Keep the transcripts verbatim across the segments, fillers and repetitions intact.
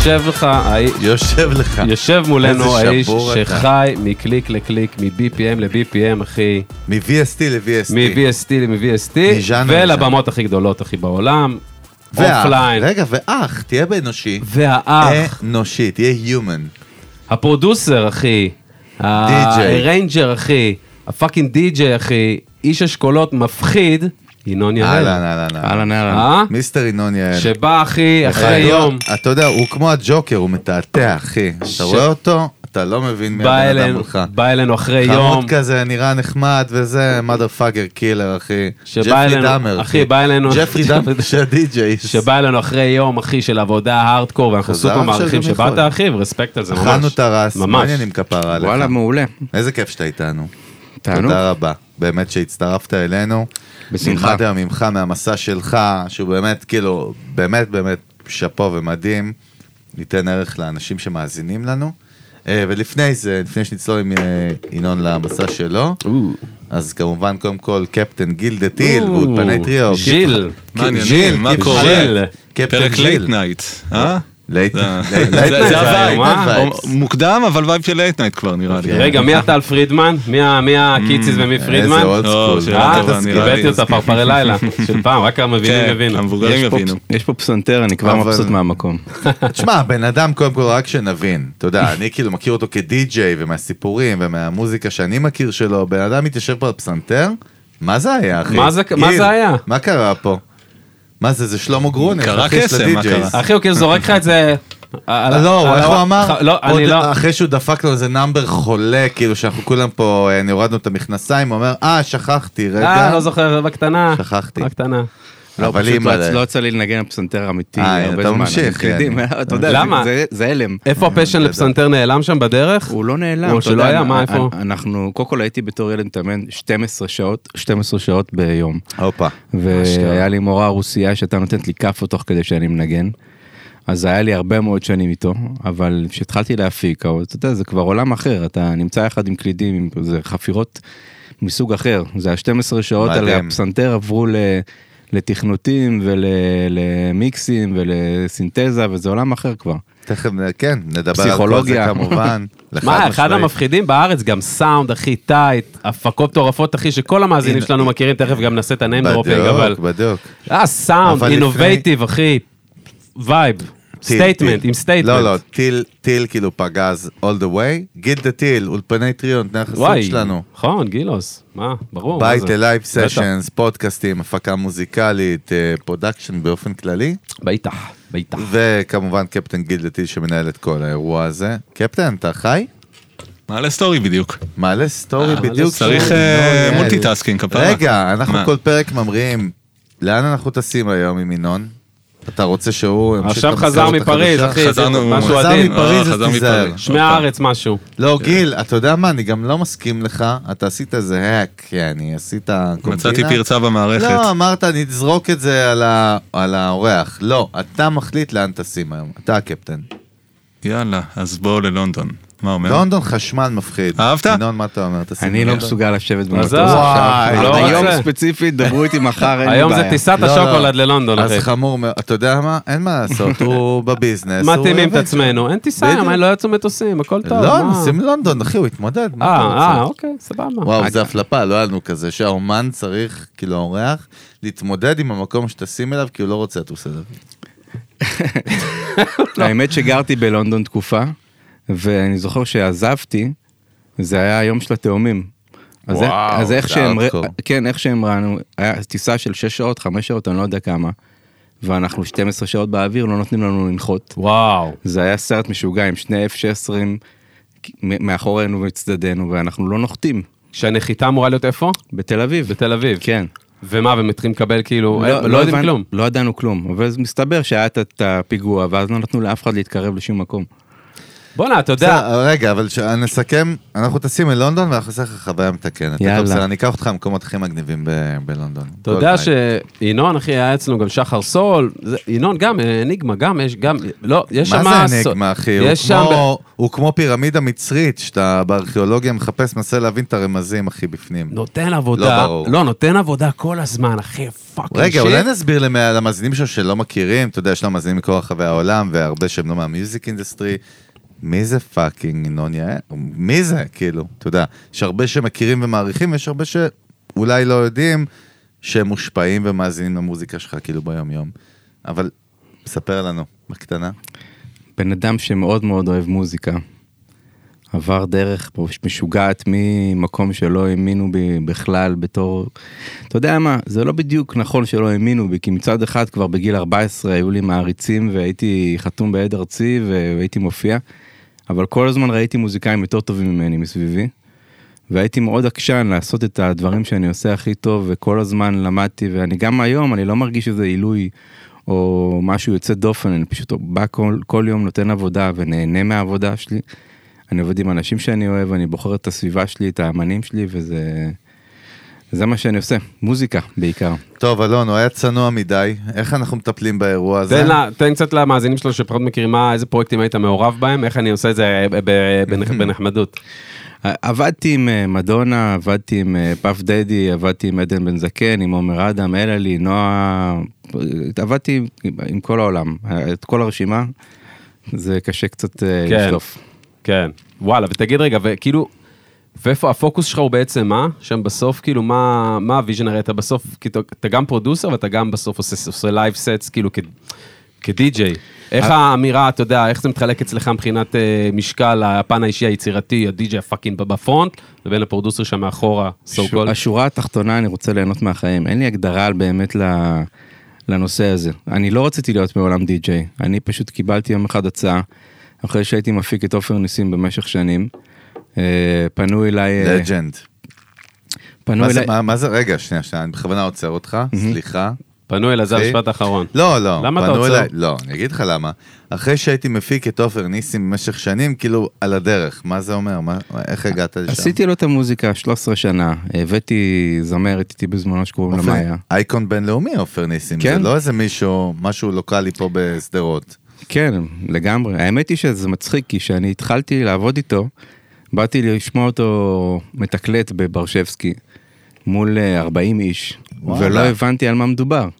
יושב לך, יושב לך. יושב מולנו האיש שחי מקליק לקליק, מ-בי פי אם ל-בי פי אם, אחי. מ-וי אס טי ל-וי אס טי. מ-וי אס טי ל-וי אס טי, ולבמות הכי גדולות, אחי, בעולם. אופליין. רגע, ואח, תהיה באנושי. והאח. אנושי, תהיה human. הפרודוסר, אחי. הריינג'ר, אחי. הפאקינג די-ג'יי, אחי. איש אשכולות מפחיד. ינון יעל. אהלן, אהלן, אהלן, אהלן. מיסטר ינון יעל. שבא, אחי, אחרי יום. אתה יודע, הוא כמו הג'וקר, הוא מתעתע, אחי. אתה רואה אותו, אתה לא מבין מי הבן אדם מולך. בא אלינו אחרי יום. חמוד כזה, נראה נחמד, וזה motherfucker killer, אחי. ג'פרי דאמר. אחי, בא אלינו. ג'פרי דאמר של הדי-ג'יי. שבא אלינו אחרי יום, אחי, של עבודה הארדקור, ואנחנו סופר מעריכים שבאת, אחי, ורספקט על זה ממש. אכלנו את הרס, מעניינים כפרה עליך. וואלה, מעולה. איזה כיף שאתה איתנו. תענו. תודה רבה. באמת שהצטרפת אלינו. בשמחה. ממך, ממך, מהמסע שלך, שהוא באמת, כאילו, באמת, באמת שפו ומדהים, ניתן ערך לאנשים שמאזינים לנו. ולפני זה, לפני שנצלול עם ינון למסע שלו, אז כמובן, קודם כל, קפטן גיל דה טיל, ואולפני טריו. ז'יל. מעניינים, מה קורה? פרק לייט נייט, אה? לייט נייט. זה הווייב, מוקדם, אבל וייב של לייט נייט כבר נראה לי. רגע, מי אתה על פרידמן? מי הקיציס ומי פרידמן? איזה אולד סקול. קיבלתי אותה פרפרי לילה, של פעם, רק המבינים יבינו. המבוגרים יבינו. יש פה פסנתר, אני כבר מבסוט מהמקום. תשמע, בן אדם קודם כל רק שנבין, אתה יודע, אני כאילו מכיר אותו כדי-ג'יי ומהסיפורים ומהמוזיקה שאני מכיר שלו, בן אדם מתיישב פה על פסנתר, מה זה היה, אחי? מה זה היה? מה קרה פה? מה זה, זה שלמה גרונר. קרה קסם, מה קרה? אחי, הוא כאילו זורק לך את זה... לא, איך הוא אמר? אחרי שהוא דפק לו איזה נאמבר חולה, כאילו שאנחנו כולם פה הורדנו את המכנסיים, הוא אומר, אה, שכחתי, רגע. אה, לא זוכר, בקטנה. שכחתי. בקטנה. לא, פשוט לא יצא לי לנגן פסנתר אמיתי הרבה זמן. אתה ממשיך. אתה יודע, למה? זה הלם. איפה הפשן לפסנתר נעלם שם בדרך? הוא לא נעלם. או שלא היה, מה, איפה? אנחנו, קודם כל הייתי בתור ילד מתאמן שתים עשרה שעות, שתים עשרה שעות ביום. הופה. והיה לי מורה רוסייה שהייתה נותנת לי כף תוך כדי שאני מנגן. אז היה לי הרבה מאוד שנים איתו, אבל כשהתחלתי להפיק, אתה יודע, זה כבר עולם אחר, אתה נמצא יחד עם קלידים, זה חפירות מסוג אחר. זה ה-שתים עשרה שעות על הפסנתר עברו ל... לתכנותים ולמיקסים ולסינתזה, וזה עולם אחר כבר. תכף, כן, נדבר על כל זה כמובן. מה, אחד המפחידים בארץ, גם סאונד הכי טייט, הפקות טורפות הכי, שכל המאזינים שלנו מכירים, תכף גם נעשה את הניים דרופינג, אבל... בדיוק, בדיוק. אה, סאונד, אינובייטיב, אחי, וייב. סטייטמנט, עם סטייטמנט. לא, לא, טיל, טיל כאילו פגז all the way, גיל דה טיל, אולפני טריו, נתנה חסות שלנו. נכון, גילוס, מה, ברור. בית ללייב סשנס, פודקאסטים, הפקה מוזיקלית, פרודקשן באופן כללי. ביתח, ביתח. וכמובן קפטן גיל דה טיל שמנהל את כל האירוע הזה. קפטן, אתה חי? מעלה סטורי בדיוק. מעלה סטורי בדיוק. צריך מולטיטאסקינג כפרה. רגע, אנחנו כל פרק ממריאים, לאן אנחנו טסים היום עם ינון? אתה רוצה שהוא... עכשיו חזר מפריז, אחי, זה משהו עדין. חזר מפריז, שמי הארץ משהו. לא, גיל, אתה יודע מה, אני גם לא מסכים לך, אתה עשית איזה האק, אני עשית קומבינה. מצאתי פרצה במערכת. לא, אמרת, אני תזרוק את זה על האורח. לא, אתה מחליט לאן טסים היום, אתה הקפטן. יאללה, אז בואו ללונדון. מה אומר? לונדון חשמל מפחיד. אהבת? ינון, מה אתה אומר? אני לא מסוגל לשבת במטוס עכשיו. היום ספציפית, דברו איתי מחר, היום זה טיסת השוקולד ללונדון, אחי. אז חמור, אתה יודע מה? אין מה לעשות, הוא בביזנס. מתאימים את עצמנו, אין טיסה, הם לא יצאו מטוסים, הכל טוב. לא, נשים לונדון, אחי, הוא התמודד. אה, אה, אוקיי, סבבה. וואו, זה הפלפה, לא היה לנו כזה, שהאומן צריך, כאילו האורח, להתמודד עם המקום שתשים אליו, כי הוא לא רוצה לטוס אליו. האמת שגרתי בלונדון תקופה, ואני זוכר שעזבתי, זה היה היום של התאומים. וואו, אז איך שהם, כן, איך שהם ראינו, היה טיסה של שש שעות, חמש שעות, אני לא יודע כמה, ואנחנו שתים עשרה שעות באוויר, לא נותנים לנו לנחות. וואו. זה היה סרט משוגע עם שני אף שש עשרה מאחורינו וצדדינו, ואנחנו לא נוחתים. שהנחיתה אמורה להיות איפה? בתל אביב. בתל אביב. כן. ומה, ומתחילים לקבל כאילו, לא יודעים כלום. לא ידענו כלום, אבל מסתבר שהיה את הפיגוע, ואז לא נתנו לאף אחד להתקרב לשום מקום. בוא'נה, אתה יודע... רגע, אבל נסכם, אנחנו טסים ללונדון ואנחנו נעשה לך חוויה מתקנת. יאללה. אני אקח אותך למקומות הכי מגניבים בלונדון. אתה יודע שינון, אחי, היה אצלנו גם שחר סול, ינון גם, אניגמה, גם, יש גם, לא, יש שם... מה זה אניגמה, אחי? הוא כמו פירמידה מצרית, שאתה בארכיאולוגיה מחפש, מנסה להבין את הרמזים, אחי, בפנים. נותן עבודה, לא, נותן עבודה כל הזמן, אחי, פאקינג שיט. רגע, אולי נסביר למאזינים שלו שלא מכירים, אתה יודע, יש לו מאזינים מכל רחבי העולם, והרבה שהם לא מהמיוזיק אינדסטרי. מי זה פאקינג ינון יעל? מי זה? כאילו, אתה יודע, יש הרבה שמכירים ומעריכים, ויש הרבה שאולי לא יודעים שהם מושפעים ומאזינים למוזיקה שלך, כאילו ביום יום. אבל, ספר לנו, בקטנה. בן אדם שמאוד מאוד אוהב מוזיקה, עבר דרך משוגעת ממקום שלא האמינו בי בכלל בתור... אתה יודע מה, זה לא בדיוק נכון שלא האמינו בי, כי מצד אחד כבר בגיל ארבע עשרה היו לי מעריצים והייתי חתום בעד ארצי והייתי מופיע, אבל כל הזמן ראיתי מוזיקאים יותר טובים ממני מסביבי, והייתי מאוד עקשן לעשות את הדברים שאני עושה הכי טוב, וכל הזמן למדתי, ואני גם היום, אני לא מרגיש שזה עילוי או משהו יוצא דופן, אני פשוט בא כל, כל יום נותן עבודה ונהנה מהעבודה שלי. אני עובד עם אנשים שאני אוהב, אני בוחר את הסביבה שלי, את האמנים שלי, וזה זה מה שאני עושה, מוזיקה בעיקר. טוב, אלון, הוא היה צנוע מדי, איך אנחנו מטפלים באירוע הזה? תן, תן קצת למאזינים שלו שפחות מכירים מה, איזה פרויקטים היית מעורב בהם, איך אני עושה את זה בנחמדות. עבדתי עם מדונה, עבדתי עם פאף דדי, עבדתי עם עדן בן זקן, עם עומר אדם, אללי, נועה, עבדתי עם כל העולם, את כל הרשימה, זה קשה קצת לשלוף. כן, וואלה, ותגיד רגע, וכאילו, ואיפה הפוקוס שלך הוא בעצם מה? שם בסוף, כאילו, מה, מה הוויז'ן? הרי אתה בסוף, אתה גם פרודוסר, ואתה גם בסוף עושה, עושה לייב סטס, כאילו, כדי-ג'יי. איך האמירה, אתה יודע, איך זה מתחלק אצלך מבחינת משקל, הפן האישי היצירתי, הדי-ג'יי הפאקינג בפרונט, לבין הפרודוסר שם מאחורה, so called? השורה התחתונה, אני רוצה ליהנות מהחיים. אין לי הגדרה באמת לנושא הזה. אני לא רציתי להיות מעולם די-ג'יי. אני פשוט קיבלתי יום אחד הצעה, אחרי שהייתי מפיק את עופר ניסים במשך שנים, פנו אליי... לג'נד. פנו אליי... מה זה? רגע, שנייה, שנייה, אני בכוונה עוצר אותך, סליחה. פנו אליי, זה המשפט האחרון. לא, לא. למה אתה עוצר? לא, אני אגיד לך למה. אחרי שהייתי מפיק את עופר ניסים במשך שנים, כאילו על הדרך, מה זה אומר? איך הגעת לשם? עשיתי לו את המוזיקה שלוש עשרה שנה, הבאתי זמרת איתי בזמנו שקוראים לה מאיה. אייקון בינלאומי עופר ניסים, זה לא איזה מישהו, משהו לוקלי פה בסדרות. כן, לגמרי. האמת היא שזה מצחיק, כי כשאני התחלתי לעבוד איתו, באתי לשמוע אותו מתקלט בברשבסקי, מול ארבעים איש, ולא הבנתי על מה מדובר.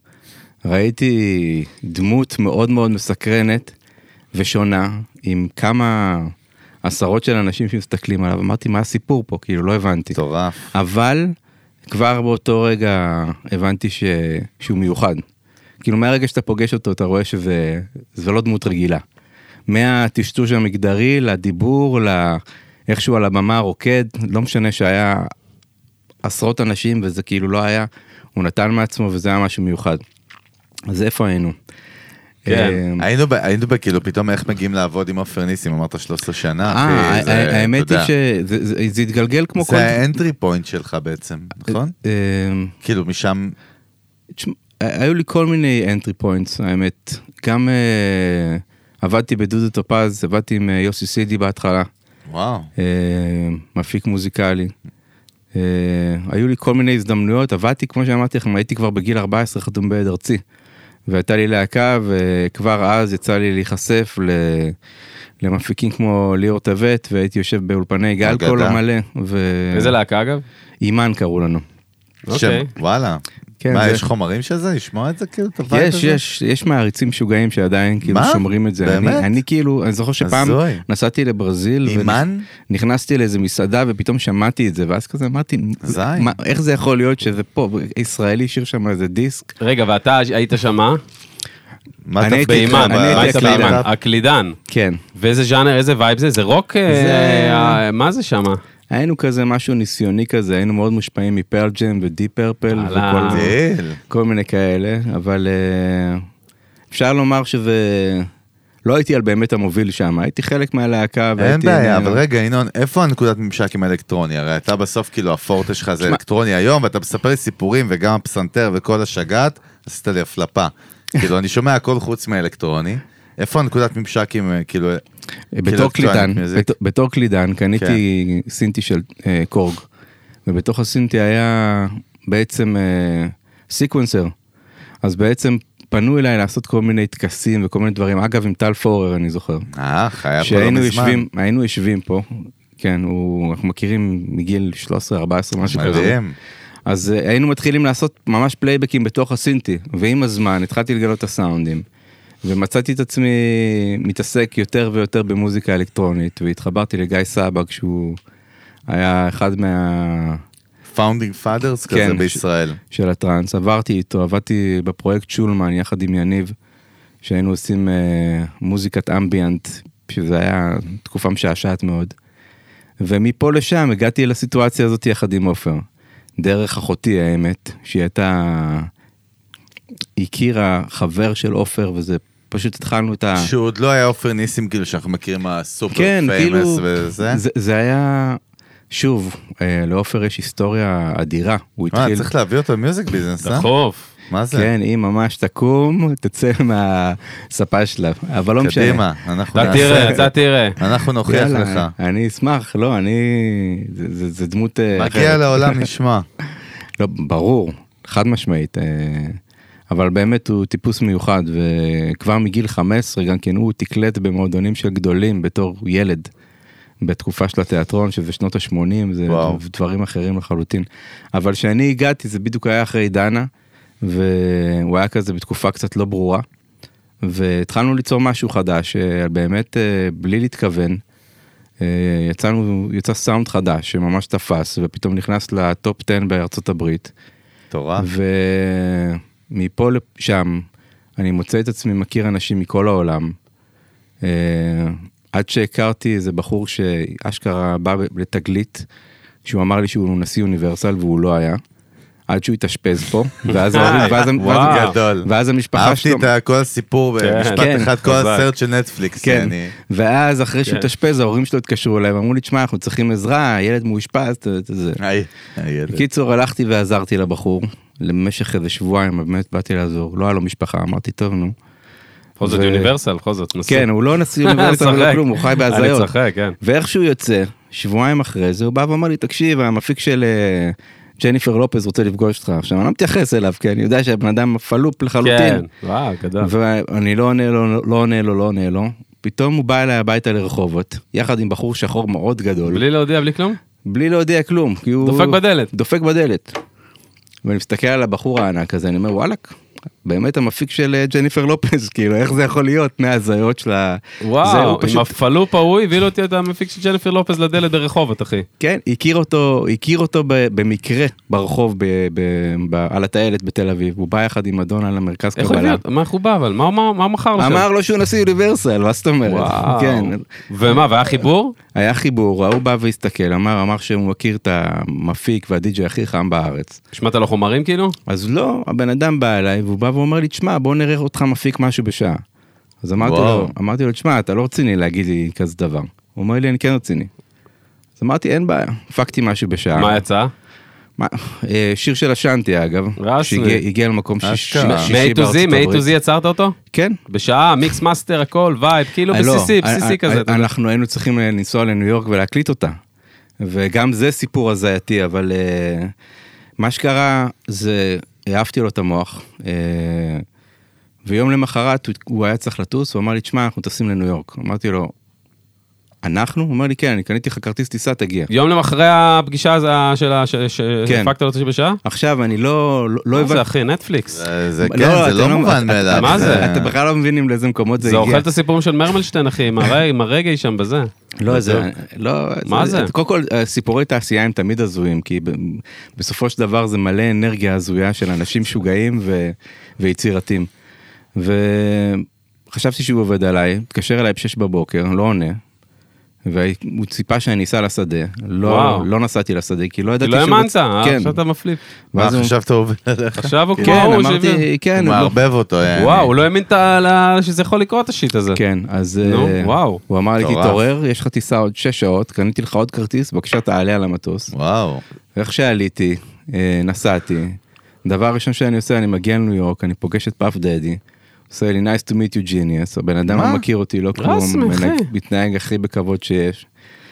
ראיתי דמות מאוד מאוד מסקרנת ושונה, עם כמה עשרות של אנשים שמסתכלים עליו, אמרתי, מה הסיפור פה? כאילו, לא הבנתי. טורף. אבל כבר באותו רגע הבנתי ש... שהוא מיוחד. כאילו, מהרגע שאתה פוגש אותו, אתה רואה שזה זה לא דמות רגילה. מהטשטוש המגדרי, לדיבור, לאיכשהו על הבמה רוקד, לא משנה שהיה עשרות אנשים, וזה כאילו לא היה, הוא נתן מעצמו, וזה היה משהו מיוחד. אז איפה היינו? כן, היינו בכאילו, פתאום איך מגיעים לעבוד עם עופר ניסים, אמרת שלוש עשרה שנה. האמת היא שזה התגלגל כמו כל... זה האנטרי פוינט שלך בעצם, נכון? כאילו, משם... היו לי כל מיני entry points, האמת. גם עבדתי בדודו טופז, עבדתי עם יוסי סידי בהתחלה. וואו. מפיק מוזיקלי. היו לי כל מיני הזדמנויות, עבדתי, כמו שאמרתי לכם, הייתי כבר בגיל ארבע עשרה חתום בעד ארצי. והייתה לי להקה, וכבר אז יצא לי להיחשף למפיקים כמו ליאור טבת, והייתי יושב באולפני גל כל המלא. איזה להקה אגב? אימן קראו לנו. אוקיי. וואלה. מה, יש חומרים של זה? לשמוע את זה כאילו? יש, יש, יש מעריצים משוגעים שעדיין כאילו שומרים את זה. באמת? אני כאילו, אני זוכר שפעם נסעתי לברזיל, ונכנסתי לאיזה מסעדה ופתאום שמעתי את זה, ואז כזה אמרתי, איך זה יכול להיות שזה פה, ישראלי שיר שם איזה דיסק? רגע, ואתה היית שמה? אני הייתי הקלידן. הקלידן. כן. ואיזה ז'אנר, איזה וייב זה? זה רוק? מה זה שמה? היינו כזה משהו ניסיוני כזה, היינו מאוד מושפעים מפרל ג'ם ודיפ פרפל וכל מיני כאלה, אבל אפשר לומר שזה, לא הייתי על באמת המוביל שם, הייתי חלק מהלהקה. אין בעיה, אבל רגע, ינון, איפה הנקודת ממשק עם האלקטרוני? הרי אתה בסוף כאילו הפורטה שלך זה אלקטרוני היום, ואתה מספר לי סיפורים וגם הפסנתר וכל השגת, עשית לי הפלפה. כאילו, אני שומע הכל חוץ מהאלקטרוני. איפה הנקודת ממשק עם, כאילו, בתור קלידן, בתור קלידן, קניתי סינטי של קורג, ובתוך הסינטי היה בעצם סיקוונסר, אז בעצם פנו אליי לעשות כל מיני תקסים וכל מיני דברים, אגב עם טל פורר אני זוכר. אה, חייב פה לא מזמן. היינו יושבים פה, כן, אנחנו מכירים מגיל שלוש עשרה ארבע עשרה, משהו כזה. מדהים. אז היינו מתחילים לעשות ממש פלייבקים בתוך הסינטי, ועם הזמן התחלתי לגלות את הסאונדים, ומצאתי את עצמי מתעסק יותר ויותר במוזיקה אלקטרונית, והתחברתי לגיא סבג, שהוא היה אחד מה... Founding Fathers כזה בישראל. של הטרנס, עברתי איתו, עבדתי בפרויקט שולמן יחד עם יניב, שהיינו עושים מוזיקת אמביאנט, שזה היה תקופה משעשעת מאוד, ומפה לשם הגעתי לסיטואציה הזאת יחד עם עופר. דרך אחותי האמת, שהיא הייתה, הכירה חבר של עופר, וזה פשוט התחלנו את ה... שהוא עוד לא היה עופר ניסים, כאילו שאנחנו מכירים הסופר כן, פיימס כאילו, וזה? זה, זה היה, שוב, לעופר יש היסטוריה אדירה. הוא התחיל... צריך להביא אותו מיוזיק ביזנס, אה? דחוף. מה זה? כן, היא ממש תקום, תצא מהספה שלה, אבל לא משנה. קדימה, אנחנו נעשה. אתה תראה, אתה תראה. אנחנו נוכיח לך. אני אשמח, לא, אני, זה דמות... מגיע לעולם נשמע. לא, ברור, חד משמעית, אבל באמת הוא טיפוס מיוחד, וכבר מגיל חמש עשרה גם כן הוא תקלט במועדונים של גדולים בתור ילד, בתקופה של התיאטרון, שזה שנות ה-שמונים, זה דברים אחרים לחלוטין. אבל כשאני הגעתי, זה בדיוק היה אחרי דנה, והוא היה כזה בתקופה קצת לא ברורה, והתחלנו ליצור משהו חדש, באמת בלי להתכוון, יצאנו, יצא סאונד חדש, שממש תפס, ופתאום נכנס לטופ עשר בארצות הברית. תורה. ומפה לשם, אני מוצא את עצמי מכיר אנשים מכל העולם, עד שהכרתי איזה בחור שאשכרה בא לתגלית, שהוא אמר לי שהוא נשיא אוניברסל, והוא לא היה. עד שהוא התאשפז פה, ואז ואז המשפחה שלו... אהבתי את כל הסיפור במשפט אחד, כל הסרט של נטפליקס. ואז אחרי שהוא התאשפז, ההורים שלו התקשרו אליי, ואמרו לי, תשמע, אנחנו צריכים עזרה, הילד מאושפז, בקיצור, הלכתי ועזרתי לבחור, למשך איזה שבועיים, באמת באתי לעזור, לא היה לו משפחה, אמרתי, טוב, נו. בכל זאת אוניברסל, בכל זאת נשיא. כן, הוא לא נשיא אוניברסל, לא כלום, הוא חי בהזיות. אני צוחק, כן. ואיך שהוא יוצא, שבועיים אחרי זה, הוא בא ואמר לי, תקשיב, המפיק של ג'ניפר לופז רוצה לפגוש אותך. עכשיו, אני לא מתייחס אליו, כי אני יודע שהבן אדם פלופ לחלוטין. כן, וואו, גדול. ואני לא עונה לו, לא עונה לו, לא עונה לו. פתאום הוא בא אליי הביתה לרחובות, יחד עם בחור שחור מאוד גדול. בלי להודיע, בלי כלום? בלי להודיע כלום. דופק בדלת. דופק בדלת. ואני מסתכל על הבחור הענק הזה, אני אומר, וואלק. באמת המפיק של ג'ניפר לופז, כאילו, איך זה יכול להיות מהזיות של ה... וואו, עם הפלופ ההוא, הביא אותי את המפיק של ג'ניפר לופז לדלת ברחובות, אחי. כן, הכיר אותו, הכיר אותו במקרה ברחוב, על הטיילת בתל אביב, הוא בא יחד עם מדונה למרכז קבלה. מה איך הוא בא, אבל? מה מכר לכם? אמר לו שהוא נשיא אוניברסל, מה זאת אומרת? וואו. ומה, והיה חיבור? היה חיבור, הוא בא והסתכל, אמר, אמר שהוא מכיר את המפיק והדיג'י הכי חם בארץ. שמעת לו חומרים כאילו? אז לא, הבן אדם בא אליי, והוא בא ואומר לי, תשמע, בוא נראה אותך מפיק משהו בשעה. אז אמרתי לו, אמרתי לו, תשמע, אתה לא רציני להגיד לי כזה דבר. הוא אומר לי, אני כן רציני. אז אמרתי, אין בעיה, הפקתי משהו בשעה. מה יצא? שיר של השנטי, אגב. שהגיע למקום שישי בארצות הברית. מ-A to Z יצרת אותו? כן. בשעה, מיקס מאסטר, הכל, וייב, כאילו בסיסי, בסיסי כזה. אנחנו היינו צריכים לנסוע לניו יורק ולהקליט אותה. וגם זה סיפור הזייתי, אבל מה שקרה זה... העפתי לו את המוח, ויום למחרת הוא היה צריך לטוס, הוא אמר לי, תשמע, אנחנו טסים לניו יורק. אמרתי לו, אנחנו? הוא אומר לי, כן, אני קניתי לך כרטיס טיסה, תגיע. יום למחרי הפגישה שהפקת לו בשעה? עכשיו, אני לא... מה זה, אחי, נטפליקס? זה כן, זה לא מובן מאליו. מה זה? אתם בכלל לא מבינים לאיזה מקומות זה הגיע. זה אוכל את הסיפורים של מרמלשטיין, אחי, עם הרגע שם בזה. לא, זה... מה זה? קודם כל, סיפורי תעשייה הם תמיד הזויים, כי בסופו של דבר זה מלא אנרגיה הזויה של אנשים שוגעים ויצירתיים. וחשבתי שהוא עובד עליי, התקשר אליי בשש בבוקר, לא עונה. והוא ציפה שאני ניסה לשדה, לא, לא נסעתי לשדה, כי לא ידעתי שהוא... כי לא האמנת, עכשיו אתה מפליפ. מה חשבת עובד עליך? עכשיו הוא כמו הוא, אמרתי, כן. הוא מערבב אותו. וואו, הוא לא האמין שזה יכול לקרות את השיט הזה. כן, אז וואו. הוא אמר לי, תתעורר, יש לך טיסה עוד שש שעות, קניתי לך עוד כרטיס, בבקשה תעלה על המטוס. וואו. ואיך שעליתי, נסעתי, דבר ראשון שאני עושה, אני מגיע לניו יורק, אני פוגש את פאף דדי, עושה לי nice to meet you genius, הבן אדם לא מכיר אותי, לא כלום, מתנהג הכי בכבוד שיש.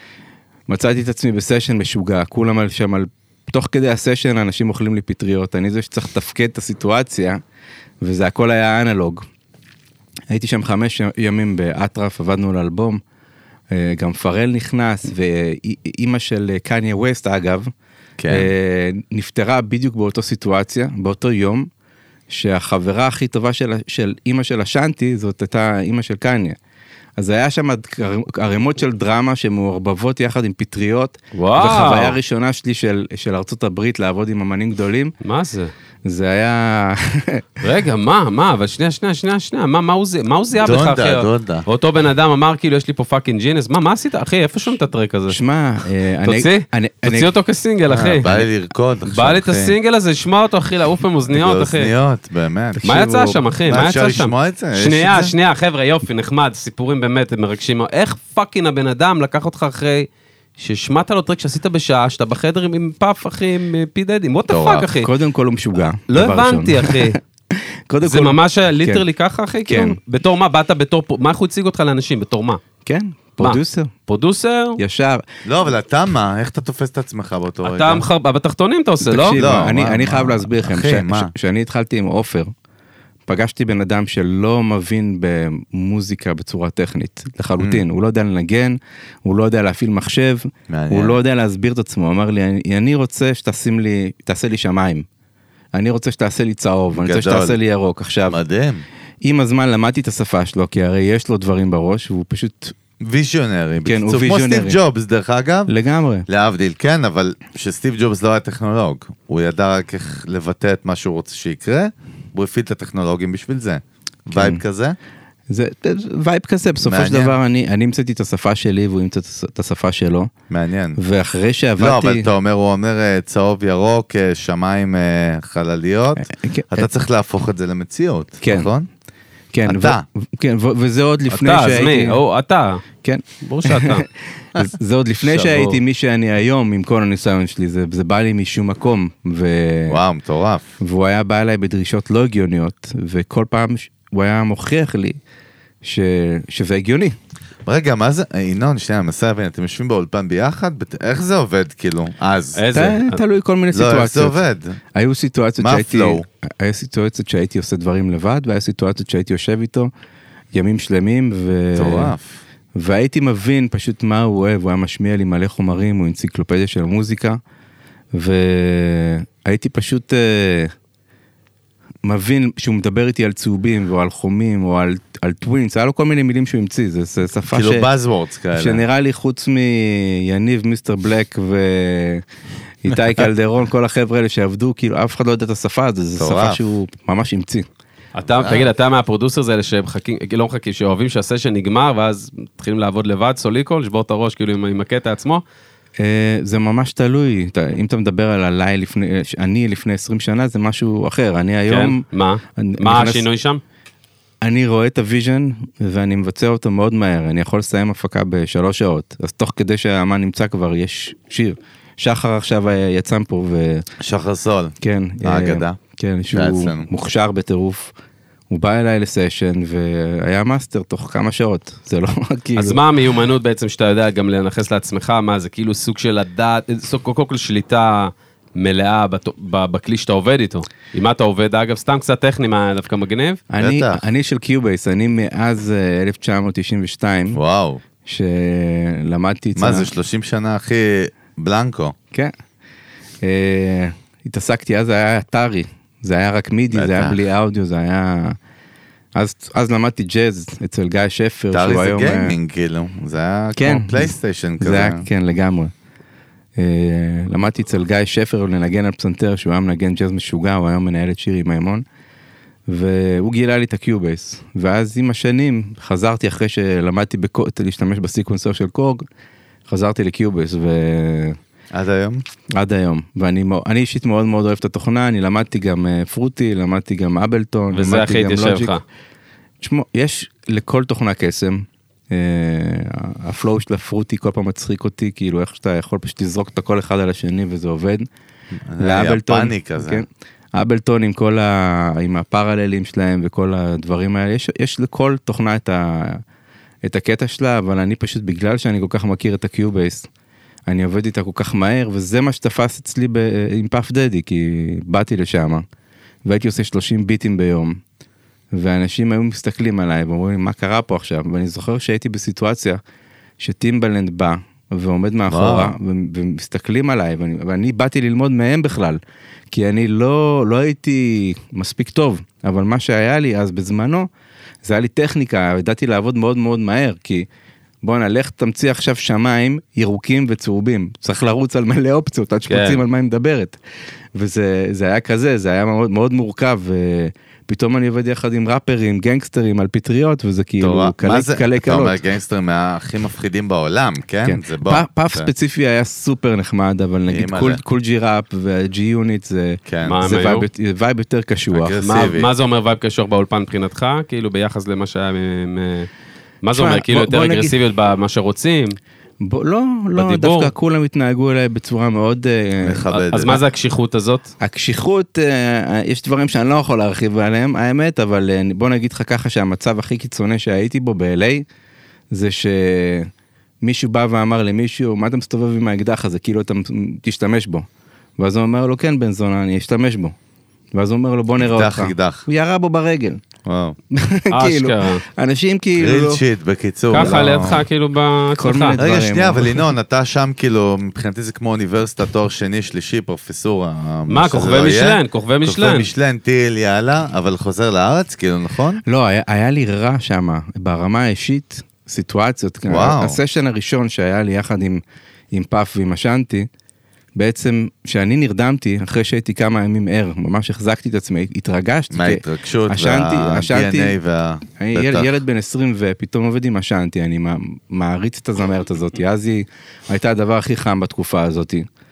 מצאתי את עצמי בסשן משוגע, כולם שם על, תוך כדי הסשן אנשים אוכלים לי פטריות, אני זה שצריך לתפקד את הסיטואציה, וזה הכל היה אנלוג. הייתי שם חמש ימים באטרף, עבדנו על אלבום, גם פרל נכנס, ואימא של קניה ווסט אגב, כן. נפטרה בדיוק באותו סיטואציה, באותו יום, שהחברה הכי טובה של, של אימא של השנטי, זאת הייתה אימא של קניה. אז היה שם ערימות של דרמה שמעורבבות יחד עם פטריות, וחוויה ראשונה שלי של, של ארצות הברית לעבוד עם אמנים גדולים. מה זה? זה היה... רגע, מה, מה, אבל שנייה, שנייה, שנייה, שנייה, מה, מה הוא זיהה בך, אחי? דונדה, דונדה. אותו בן אדם אמר, כאילו, יש לי פה פאקינג ג'ינס, מה, מה עשית, אחי, איפה שום את הטרק הזה? שמע, תוציא, תוציא אותו כסינגל, אחי. בא לי לרקוד עכשיו, בא לי את הסינגל הזה, שמע אותו, אחי, לעוף במוזניות, אחי. באוזניות, באמת. מה יצא שם, אחי? מה יצא שם? זה? שנייה, שנייה, חבר'ה, יופי, נחמד, סיפורים באמת מרגשים. איך פאקינג הבן אדם לקח אותך אחרי ששמעת לו טרק שעשית בשעה, שאתה בחדר עם פאף, אחי, עם פי דדי, what the fuck, אחי? קודם כל הוא משוגע. לא הבנתי, אחי. זה ממש ליטרלי ככה, אחי? כן. בתור מה? באת בתור, מה איך הוא הציג אותך לאנשים? בתור מה? כן, פרודוסר. פרודוסר? ישר. לא, אבל אתה מה? איך אתה תופס את עצמך באותו רגע? אתה בתחתונים אתה עושה, לא? אני חייב להסביר לכם, שאני התחלתי עם עופר, פגשתי בן אדם שלא מבין במוזיקה בצורה טכנית, לחלוטין. הוא לא יודע לנגן, הוא לא יודע להפעיל מחשב, הוא לא יודע להסביר את עצמו. הוא אמר לי, אני רוצה שתשים לי, תעשה לי שמיים. אני רוצה שתעשה לי צהוב, אני רוצה שתעשה לי ירוק. עכשיו, מדהים. עם הזמן למדתי את השפה שלו, כי הרי יש לו דברים בראש, והוא פשוט... ויז'ונרי. כן, הוא ויז'ונרי. כמו סטיב ג'ובס, דרך אגב. לגמרי. להבדיל, כן, אבל שסטיב ג'ובס לא היה טכנולוג. הוא ידע רק איך לבטא את מה שהוא רוצה שיקרה, הוא הפעיל את הטכנולוגים בשביל זה. וייב כזה? זה וייב כזה, בסופו של דבר אני המצאתי את השפה שלי והוא המצא את השפה שלו. מעניין. ואחרי שעבדתי... לא, אבל אתה אומר, הוא אומר צהוב ירוק, שמיים חלליות, אתה צריך להפוך את זה למציאות, נכון? כן, אתה. כן, וזה עוד לפני שהייתי... אתה, זמי, או, אתה. כן. ברור שאתה. זה עוד לפני שהייתי מי שאני היום, עם כל הניסיון שלי, זה, זה בא לי משום מקום. ו... וואו, מטורף. והוא היה בא אליי בדרישות לא הגיוניות, וכל פעם הוא היה מוכיח לי ש... שזה הגיוני. רגע, מה זה? ינון, שנייה, מסע, אתם יושבים באולפן ביחד? איך זה עובד, כאילו? אז. איזה? תלוי כל מיני סיטואציות. לא, איך זה עובד? היו סיטואציות שהייתי... מה הפלואו? היו סיטואציות שהייתי עושה דברים לבד, והיו סיטואציות שהייתי יושב איתו ימים שלמים, ו... מטורף. והייתי מבין פשוט מה הוא אוהב, הוא היה משמיע לי מלא חומרים, הוא אנציקלופדיה של המוזיקה, והייתי פשוט uh, מבין שהוא מדבר איתי על צהובים, או על חומים, או על, על טווינס, היה לו כל מיני מילים שהוא המציא, זה, זה שפה כאילו ש... buzzwords כאלה. שנראה לי חוץ מיניב, מיסטר בלק ואיתי קלדרון, כל החבר'ה האלה שעבדו, כאילו אף אחד לא יודע את השפה הזו, זו שפה שהוא ממש המציא. אתה, תגיד, אתה מהפרודוסר האלה שמחכים, לא מחכים, שאוהבים שהסשן נגמר, ואז מתחילים לעבוד לבד, סוליקול, לשבור את הראש, כאילו עם הקטע עצמו? זה ממש תלוי, אם אתה מדבר על עליי לפני, אני לפני עשרים שנה, זה משהו אחר, אני היום... כן, מה? מה השינוי שם? אני רואה את הוויז'ן, ואני מבצע אותו מאוד מהר, אני יכול לסיים הפקה בשלוש שעות, אז תוך כדי שהאמן נמצא כבר, יש שיר. שחר עכשיו יצא פה ו... שחר סול. כן. האגדה. כן, שהוא מוכשר בטירוף. הוא בא אליי לסשן והיה מאסטר תוך כמה שעות. זה לא כאילו... אז מה המיומנות בעצם שאתה יודע גם לנחס לעצמך? מה זה כאילו סוג של לדעת, סוג כל כל שליטה מלאה בכלי שאתה עובד איתו. עם מה אתה עובד? אגב, סתם קצת טכני, מה דווקא מגניב? אני, אני של קיובייס, אני מאז אלף תשע מאות תשעים ושתיים. וואו. שלמדתי... מה זה, שלושים שנה הכי בלנקו? כן. התעסקתי, אז היה אתרי. זה היה רק מידי, זה היה בלי אודיו, זה היה... אז, אז למדתי ג'אז אצל גיא שפר. אתרי זה גיימינג, כאילו. זה היה כמו פלייסטיישן כזה. זה היה, כן, לגמרי. למדתי אצל גיא שפר לנגן על פסנתר, שהוא היה מנגן ג'אז משוגע, הוא היה מנהל את שירי מימון, והוא גילה לי את הקיובייס. ואז עם השנים, חזרתי אחרי שלמדתי להשתמש בסיקוונסר של קורג, חזרתי לקיובייס, ו... עד היום? עד היום, ואני אני אישית מאוד מאוד אוהב את התוכנה, אני למדתי גם פרוטי, למדתי גם אבלטון, וזה הכי התיישב לך. תשמע, יש לכל תוכנה קסם, הפלואו של הפרוטי כל פעם מצחיק אותי, כאילו איך שאתה יכול פשוט לזרוק את הכל אחד על השני וזה עובד. לאבלטון, יפני כזה. אבלטון עם כל ה... עם הפרללים שלהם וכל הדברים האלה, יש, יש לכל תוכנה את, ה... את הקטע שלה, אבל אני פשוט, בגלל שאני כל כך מכיר את הקיובייס, אני עובד איתה כל כך מהר, וזה מה שתפס אצלי ב... עם פאף דדי, כי באתי לשם, והייתי עושה שלושים ביטים ביום, ואנשים היו מסתכלים עליי, ואומרים, מה קרה פה עכשיו? ואני זוכר שהייתי בסיטואציה, שטימבלנד בא, ועומד מאחורה, ו... ומסתכלים עליי, ואני... ואני באתי ללמוד מהם בכלל, כי אני לא, לא הייתי מספיק טוב, אבל מה שהיה לי אז בזמנו, זה היה לי טכניקה, ידעתי לעבוד מאוד מאוד מהר, כי בוא נלך, תמציא עכשיו שמיים ירוקים וצהובים, צריך לרוץ על מלא אופציות, עד שפוצים על מה היא מדברת, וזה זה היה כזה, זה היה מאוד, מאוד מורכב, ופתאום אני עובד יחד עם ראפרים, גנגסטרים, על פטריות, וזה כאילו קלי קלי קלות. אתה אומר גנגסטרים מהכי מפחידים בעולם, כן? פאף ספציפי היה סופר נחמד, אבל נגיד קול ג'י ראפ וג'י יוניט זה וייב יותר קשוח. מה זה אומר וייב קשוח באולפן מבחינתך? כאילו ביחס למה שהיה... מה זה אומר? כאילו יותר אגרסיביות במה שרוצים? לא, לא, דווקא כולם התנהגו אליי בצורה מאוד מכבדת. אז מה זה הקשיחות הזאת? הקשיחות, יש דברים שאני לא יכול להרחיב עליהם, האמת, אבל בוא נגיד לך ככה שהמצב הכי קיצוני שהייתי בו ב-אל איי, זה שמישהו בא ואמר למישהו, מה אתה מסתובב עם האקדח הזה? כאילו אתה תשתמש בו. ואז הוא אומר לו, כן בן זונה, אני אשתמש בו. ואז הוא אומר לו, בוא נראה אותך. הוא ירה בו ברגל. וואו. כאילו, אנשים כאילו... ריל שיט, בקיצור. ככה לידך כאילו בצלחה. רגע, שנייה, אבל ינון, אתה שם כאילו, מבחינתי זה כמו אוניברסיטה, תואר שני, שלישי, פרופסורה. מה, כוכבי משלן, כוכבי משלן. כוכבי משלן, טיל, יאללה, אבל חוזר לארץ, כאילו, נכון? לא, היה לי רע שם, ברמה האישית, סיטואציות. הסשן הראשון שהיה לי יחד עם פאף ועם השנטי, בעצם, שאני נרדמתי, אחרי שהייתי כמה ימים ער, ממש החזקתי את עצמי, התרגשתי. מההתרגשות וה-די אן איי וה... ילד בן עשרים ופתאום עובד עם השנטי, אני מעריץ את הזמרת הזאת, אז היא הייתה הדבר הכי חם בתקופה הזאת,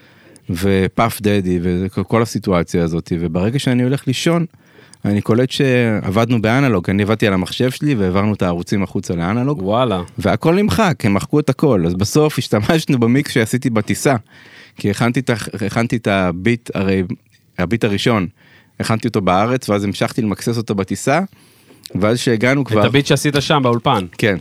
ופאף דדי, וכל הסיטואציה הזאת, וברגע שאני הולך לישון, אני קולט שעבדנו באנלוג, אני עבדתי על המחשב שלי, והעברנו את הערוצים החוצה לאנלוג. וואלה. והכל נמחק, הם מחקו את הכל, אז בסוף השתמשנו במיקס שעשיתי בטיסה, כי הכנתי את, הכנתי את הביט, הרי הביט הראשון, הכנתי אותו בארץ, ואז המשכתי למקסס אותו בטיסה, ואז שהגענו כבר... את הביט שעשית שם באולפן. כן.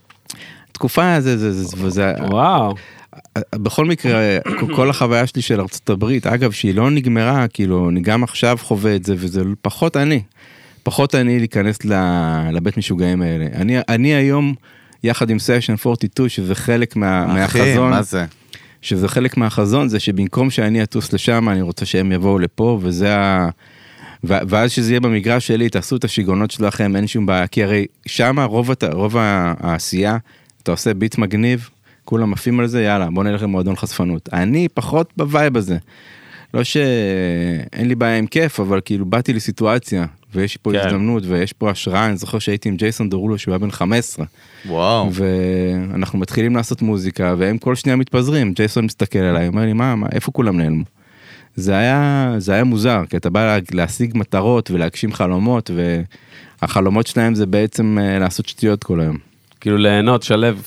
תקופה זה, זה, זה, זה... וואו. בכל מקרה, כל החוויה שלי של ארצות הברית, אגב, שהיא לא נגמרה, כאילו, אני גם עכשיו חווה את זה, וזה פחות אני. פחות אני להיכנס לבית משוגעים האלה. אני, אני היום, יחד עם סשן ארבעים ושתיים, שזה חלק מה, מהחזון. מה זה? שזה חלק מהחזון, זה שבמקום שאני אטוס לשם, אני רוצה שהם יבואו לפה, וזה ה... ואז שזה יהיה במגרש שלי, תעשו את השיגונות שלכם, אין שום בעיה, כי הרי שם רוב, רוב העשייה, אתה עושה ביט מגניב, כולם מפים על זה, יאללה, בוא נלך למועדון חשפנות. אני פחות בווייב הזה. לא שאין לי בעיה עם כיף, אבל כאילו באתי לסיטואציה, ויש פה כן. הזדמנות, ויש פה השראה, אני זוכר שהייתי עם ג'ייסון דרולו, שהוא היה בן חמש עשרה. וואו. ואנחנו מתחילים לעשות מוזיקה, והם כל שניה מתפזרים, ג'ייסון מסתכל עליי, אומר לי, מה, מה, איפה כולם נעלמו? זה היה, זה היה מוזר, כי אתה בא להשיג מטרות, ולהגשים חלומות, והחלומות שלהם זה בעצם לעשות שטויות כל היום. כאילו ליהנות, שלב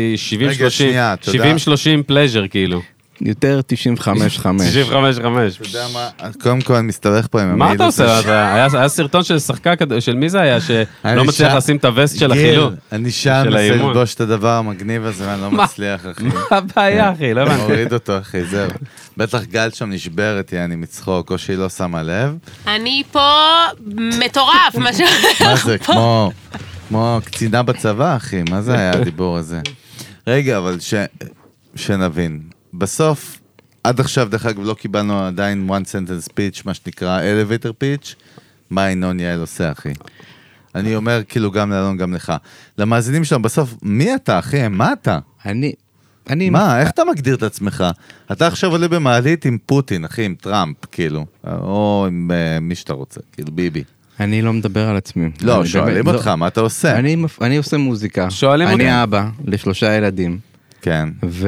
שבעים שלושים פלז'ר כאילו. יותר תשעים וחמש חמש. תשעים וחמש חמש. אתה יודע מה, קודם כל אני מסתבך פה עם המיל. מה אתה עושה? היה סרטון של שחקה, של מי זה היה, שלא מצליח לשים את הווסט של החילו. אני שם מנסה ללבוש את הדבר המגניב הזה, ואני לא מצליח, אחי. מה הבעיה, אחי? לא הבנתי. מוריד אותו, אחי, זהו. בטח גל שם נשברת, אני מצחוק, או שהיא לא שמה לב. אני פה מטורף, מה זה, כמו קצינה בצבא, אחי, מה זה היה הדיבור הזה? רגע, אבל שנבין. בסוף, עד עכשיו, דרך אגב, לא קיבלנו עדיין one sentence pitch, מה שנקרא elevator pitch, מה ינון יעל עושה, אחי? אני אומר, כאילו, גם לאלון, גם לך. למאזינים שלנו, בסוף, מי אתה, אחי? מה אתה? אני, אני... מה, איך אתה מגדיר את עצמך? אתה עכשיו עולה במעלית עם פוטין, אחי, עם טראמפ, כאילו, או עם מי שאתה רוצה, כאילו, ביבי. אני לא מדבר על עצמי. לא, שואלים אותך, מה אתה עושה? אני עושה מוזיקה. שואלים אותך. אני אבא לשלושה ילדים. כן. ו...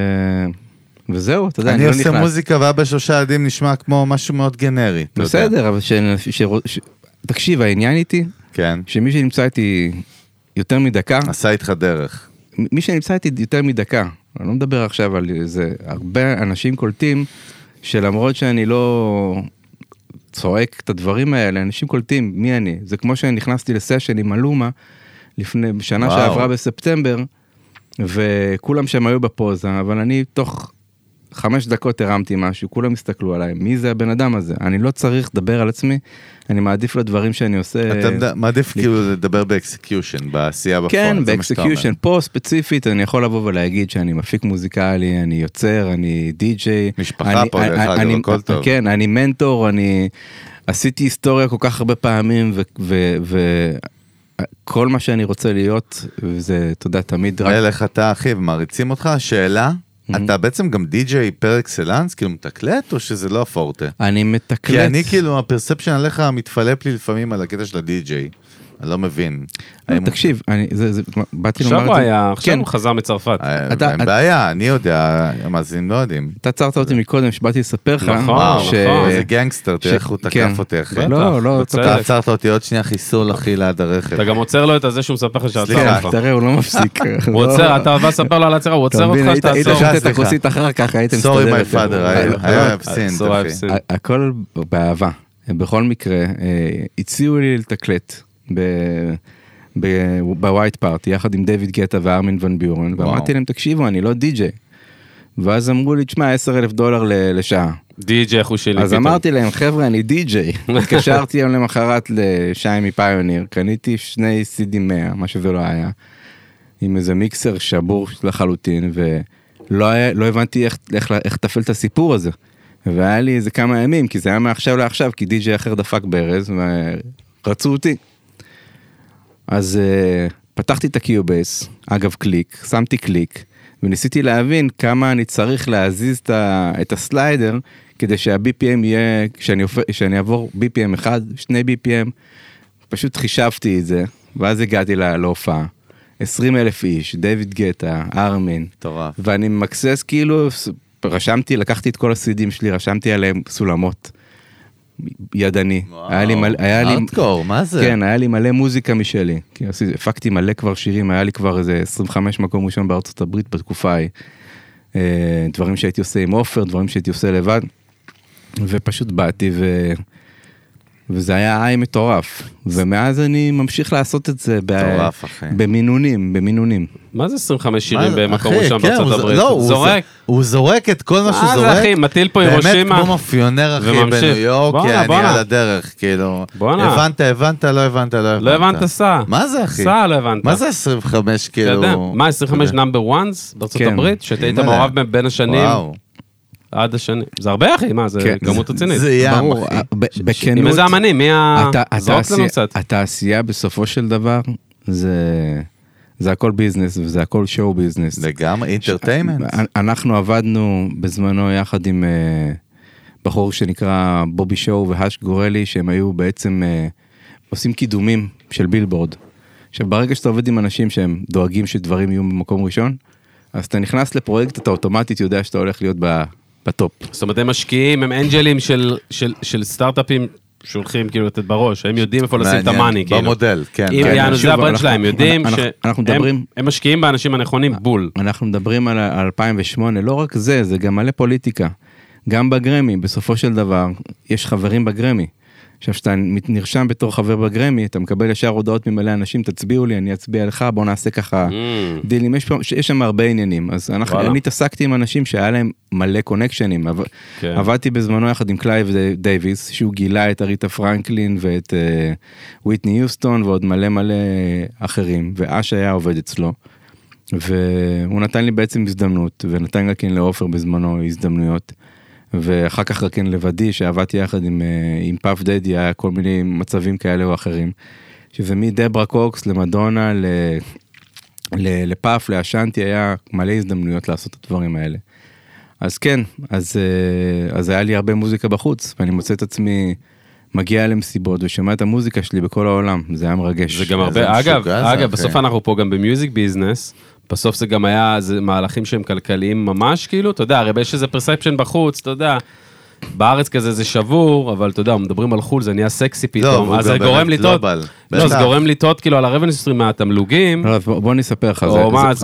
וזהו, אתה יודע, אני לא נכנס. אני עושה מוזיקה ואבא שלושה ילדים נשמע כמו משהו מאוד גנרי. בסדר, אבל ש... ש... ש... תקשיב, העניין איתי, כן. שמי שנמצא איתי יותר מדקה, עשה איתך דרך. מי שנמצא איתי יותר מדקה, אני לא מדבר עכשיו על זה, הרבה אנשים קולטים, שלמרות שאני לא... צועק את הדברים האלה, אנשים קולטים, מי אני? זה כמו שנכנסתי לסשן עם אלומה, לפני, בשנה וואו. שעברה בספטמבר, וכולם שם היו בפוזה, אבל אני תוך חמש דקות הרמתי משהו, כולם הסתכלו עליי, מי זה הבן אדם הזה? אני לא צריך לדבר על עצמי, אני מעדיף לדברים שאני עושה... אתה מעדיף כאילו לדבר באקסקיושן, בעשייה בפועל. כן, באקסקיושן, פה ספציפית, אני יכול לבוא ולהגיד שאני מפיק מוזיקלי, אני יוצר, אני די-ג'יי. משפחה פה, דרך אגב, הכל טוב. כן, אני מנטור, אני עשיתי היסטוריה כל כך הרבה פעמים, וכל מה שאני רוצה להיות, וזה, אתה יודע, תמיד רק... מלך אתה אחי, ומעריצים אותך, השאלה... אתה בעצם גם די-ג'יי פר אקסלנס, כאילו מתקלט, או שזה לא הפורטה? אני מתקלט. כי אני כאילו, הפרספשן עליך מתפלפ לי לפעמים על הקטע של הדי-ג'יי. אני לא מבין. תקשיב, באתי לומר את זה. עכשיו הוא היה, עכשיו הוא חזר מצרפת. אין בעיה, אני יודע, המאזינים לא יודעים. אתה עצרת אותי מקודם, שבאתי לספר לך. נכון, נכון. איזה גנגסטר, תראה איך הוא תקף אותי אחי. לא, לא, אתה עצרת אותי עוד שנייה חיסול אחי ליד הרכב. אתה גם עוצר לו את הזה שהוא מספר לך שעצר אותך. תראה, הוא לא מפסיק. הוא עוצר, אתה בא לספר לו על העצירה, הוא עוצר אותך שתעצור. היית שותה את הכוסית אחר כך, הייתם סורי מי פאדר, היה אבסינט אחי. הכל באהבה. בכל מקרה, הציעו לי לתקלט בווייט פארטי, יחד עם דיוויד גטה וארמין ון ביורן, ואמרתי להם, תקשיבו, אני לא די-ג'יי. ואז אמרו לי, תשמע, עשר אלף דולר לשעה. די-ג'יי, איך הוא שלי. אז אמרתי להם, חבר'ה, אני די-ג'יי. התקשרתי יום למחרת לשי מפיוניר, קניתי שני סי די מאה, מה שזה לא היה, עם איזה מיקסר שבור לחלוטין, ולא הבנתי איך תפעל את הסיפור הזה. והיה לי איזה כמה ימים, כי זה היה מעכשיו לעכשיו, כי די-ג'יי אחר דפק ברז, ורצו אותי. אז uh, פתחתי את הקיובייס, אגב קליק, שמתי קליק, וניסיתי להבין כמה אני צריך להזיז את, ה, את הסליידר, כדי שה-בי פי אם יהיה, שאני, שאני אעבור בי פי אם אחד, שני בי פי אם, פשוט חישבתי את זה, ואז הגעתי לה, להופעה. עשרים אלף איש, דיוויד גטה, ארמין, טורף. ואני מקסס כאילו, רשמתי, לקחתי את כל הסידים שלי, רשמתי עליהם סולמות. ידני. היה לי מלא, היה לי... ארטקור, מה זה? כן, היה לי מלא מוזיקה משלי. כי הפקתי מלא כבר שירים, היה לי כבר איזה עשרים וחמש מקום ראשון בארצות הברית בתקופה ההיא. דברים שהייתי עושה עם אופר, דברים שהייתי עושה לבד. ופשוט באתי ו... וזה היה איי מטורף. ומאז אני ממשיך לעשות את זה מטורף, אחי. במינונים, במינונים. מה זה עשרים וחמש שירים במקום ראשון בארצות הברית? לא, זורק. הוא זורק את כל מה שהוא זורק. מה זה אחי, מטיל פה הירושימה. באמת כמו מאפיונר אחי בניו יורק, כי אני על הדרך, כאילו. הבנת, הבנת, לא הבנת, לא הבנת. לא הבנת סע. מה זה אחי? סע לא הבנת. מה זה עשרים וחמש כאילו? מה עשרים וחמש נאמבר וואנס בארצות הברית? שאתה היית מעורב בין השנים. עד השני. זה הרבה אחי, מה, זה כמות רצינית. זה ים אחי. בכנות. עם איזה אמנים, מי ה... זרוק לנו קצת. התעשייה בסופו של דבר, זה הכל ביזנס, וזה הכל שואו ביזנס. לגמרי, אינטרטיימנט. אנחנו עבדנו בזמנו יחד עם בחור שנקרא בובי שואו והש גורלי, שהם היו בעצם עושים קידומים של בילבורד. עכשיו, ברגע שאתה עובד עם אנשים שהם דואגים שדברים יהיו במקום ראשון, אז אתה נכנס לפרויקט, אתה אוטומטית יודע שאתה הולך להיות בטופ. זאת אומרת, הם משקיעים, הם אנג'לים של, של, של סטארט-אפים שהולכים כאילו לתת בראש, הם יודעים איפה לשים את המאני, כאילו. במודל, כן. אם יענו, זה הברנד שלהם, יודעים שהם משקיעים באנשים הנכונים בול. אנחנו מדברים על אלפיים ושמונה, לא רק זה, זה גם מלא פוליטיקה. גם בגרמי, בסופו של דבר, יש חברים בגרמי. עכשיו, שאתה נרשם בתור חבר בגרמי, אתה מקבל ישר הודעות ממלא אנשים, תצביעו לי, אני אצביע לך, בוא נעשה ככה דילים. יש, יש שם הרבה עניינים. אז אנחנו, אני התעסקתי עם אנשים שהיה להם מלא קונקשנים. כן. עבדתי בזמנו יחד עם קלייב דייביס, שהוא גילה את אריתה פרנקלין ואת uh, וויטני יוסטון ועוד מלא מלא אחרים, ואש היה עובד אצלו. והוא נתן לי בעצם הזדמנות, ונתן גם כן לאופר בזמנו הזדמנויות. ואחר כך רק כן לבדי, שעבדתי יחד עם, עם פאף דדי, היה כל מיני מצבים כאלה או אחרים, שזה מדברה קוקס למדונה, ל, ל, לפאף, לאשנטי, היה מלא הזדמנויות לעשות את הדברים האלה. אז כן, אז, אז היה לי הרבה מוזיקה בחוץ, ואני מוצא את עצמי מגיע למסיבות, ושומע את המוזיקה שלי בכל העולם, זה היה מרגש. זה גם הרבה, אגב, אגב, בסוף אנחנו פה גם במיוזיק ביזנס, בסוף זה גם היה, זה מהלכים שהם כלכליים ממש, כאילו, אתה יודע, הרי יש איזה פרספשן בחוץ, אתה יודע, בארץ כזה זה שבור, אבל אתה יודע, מדברים על חול, זה נהיה סקסי פתאום, אז זה גורם לטעות, לא, זה גורם לטעות, כאילו, על הרבנסטרים מהתמלוגים. לא, בוא נספר לך,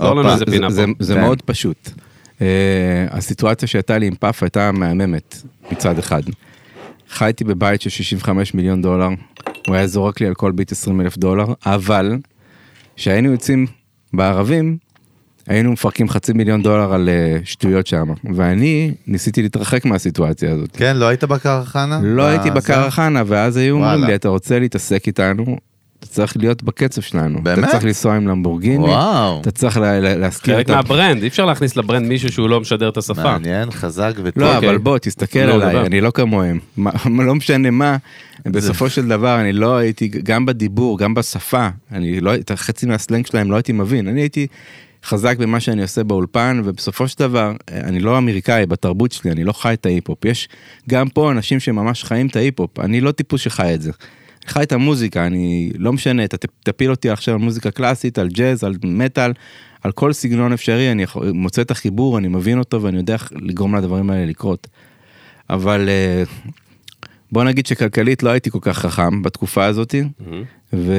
זה מאוד פשוט. הסיטואציה שהייתה לי עם פאף הייתה מהממת, מצד אחד. חייתי בבית של שישים וחמישה מיליון דולר, הוא היה זורק לי על כל ביט עשרים אלף דולר, אבל כשהיינו יוצאים בערבים, היינו מפרקים חצי מיליון דולר על שטויות שם, ואני ניסיתי להתרחק מהסיטואציה הזאת. כן, לא היית בקרחנה? לא הייתי בקרחנה, ואז היו אומרים לי, אתה רוצה להתעסק איתנו, אתה צריך להיות בקצב שלנו. באמת? אתה צריך לנסוע עם למבורגיני, וואו. אתה צריך להזכיר חלק מהברנד, אי אפשר להכניס לברנד מישהו שהוא לא משדר את השפה. מעניין, חזק וטוב. לא, אבל בוא, תסתכל עליי, אני לא כמוהם. לא משנה מה, בסופו של דבר, אני לא הייתי, גם בדיבור, גם בשפה, אני לא, את החצי מהסלנג שלהם לא הייתי מבין. אני הייתי חזק במה שאני עושה באולפן, ובסופו של דבר, אני לא אמריקאי בתרבות שלי, אני לא חי את ההיפ-הופ. יש גם פה אנשים שממש חיים את ההיפ-הופ, אני לא טיפוס שחי את זה. אני חי את המוזיקה, אני לא משנה, אתה תפיל אותי עכשיו על מוזיקה קלאסית, על ג'אז, על מטל, על כל סגנון אפשרי, אני מוצא את החיבור, אני מבין אותו, ואני יודע לגרום לדברים האלה לקרות. אבל בוא נגיד שכלכלית לא הייתי כל כך חכם בתקופה הזאת, ו...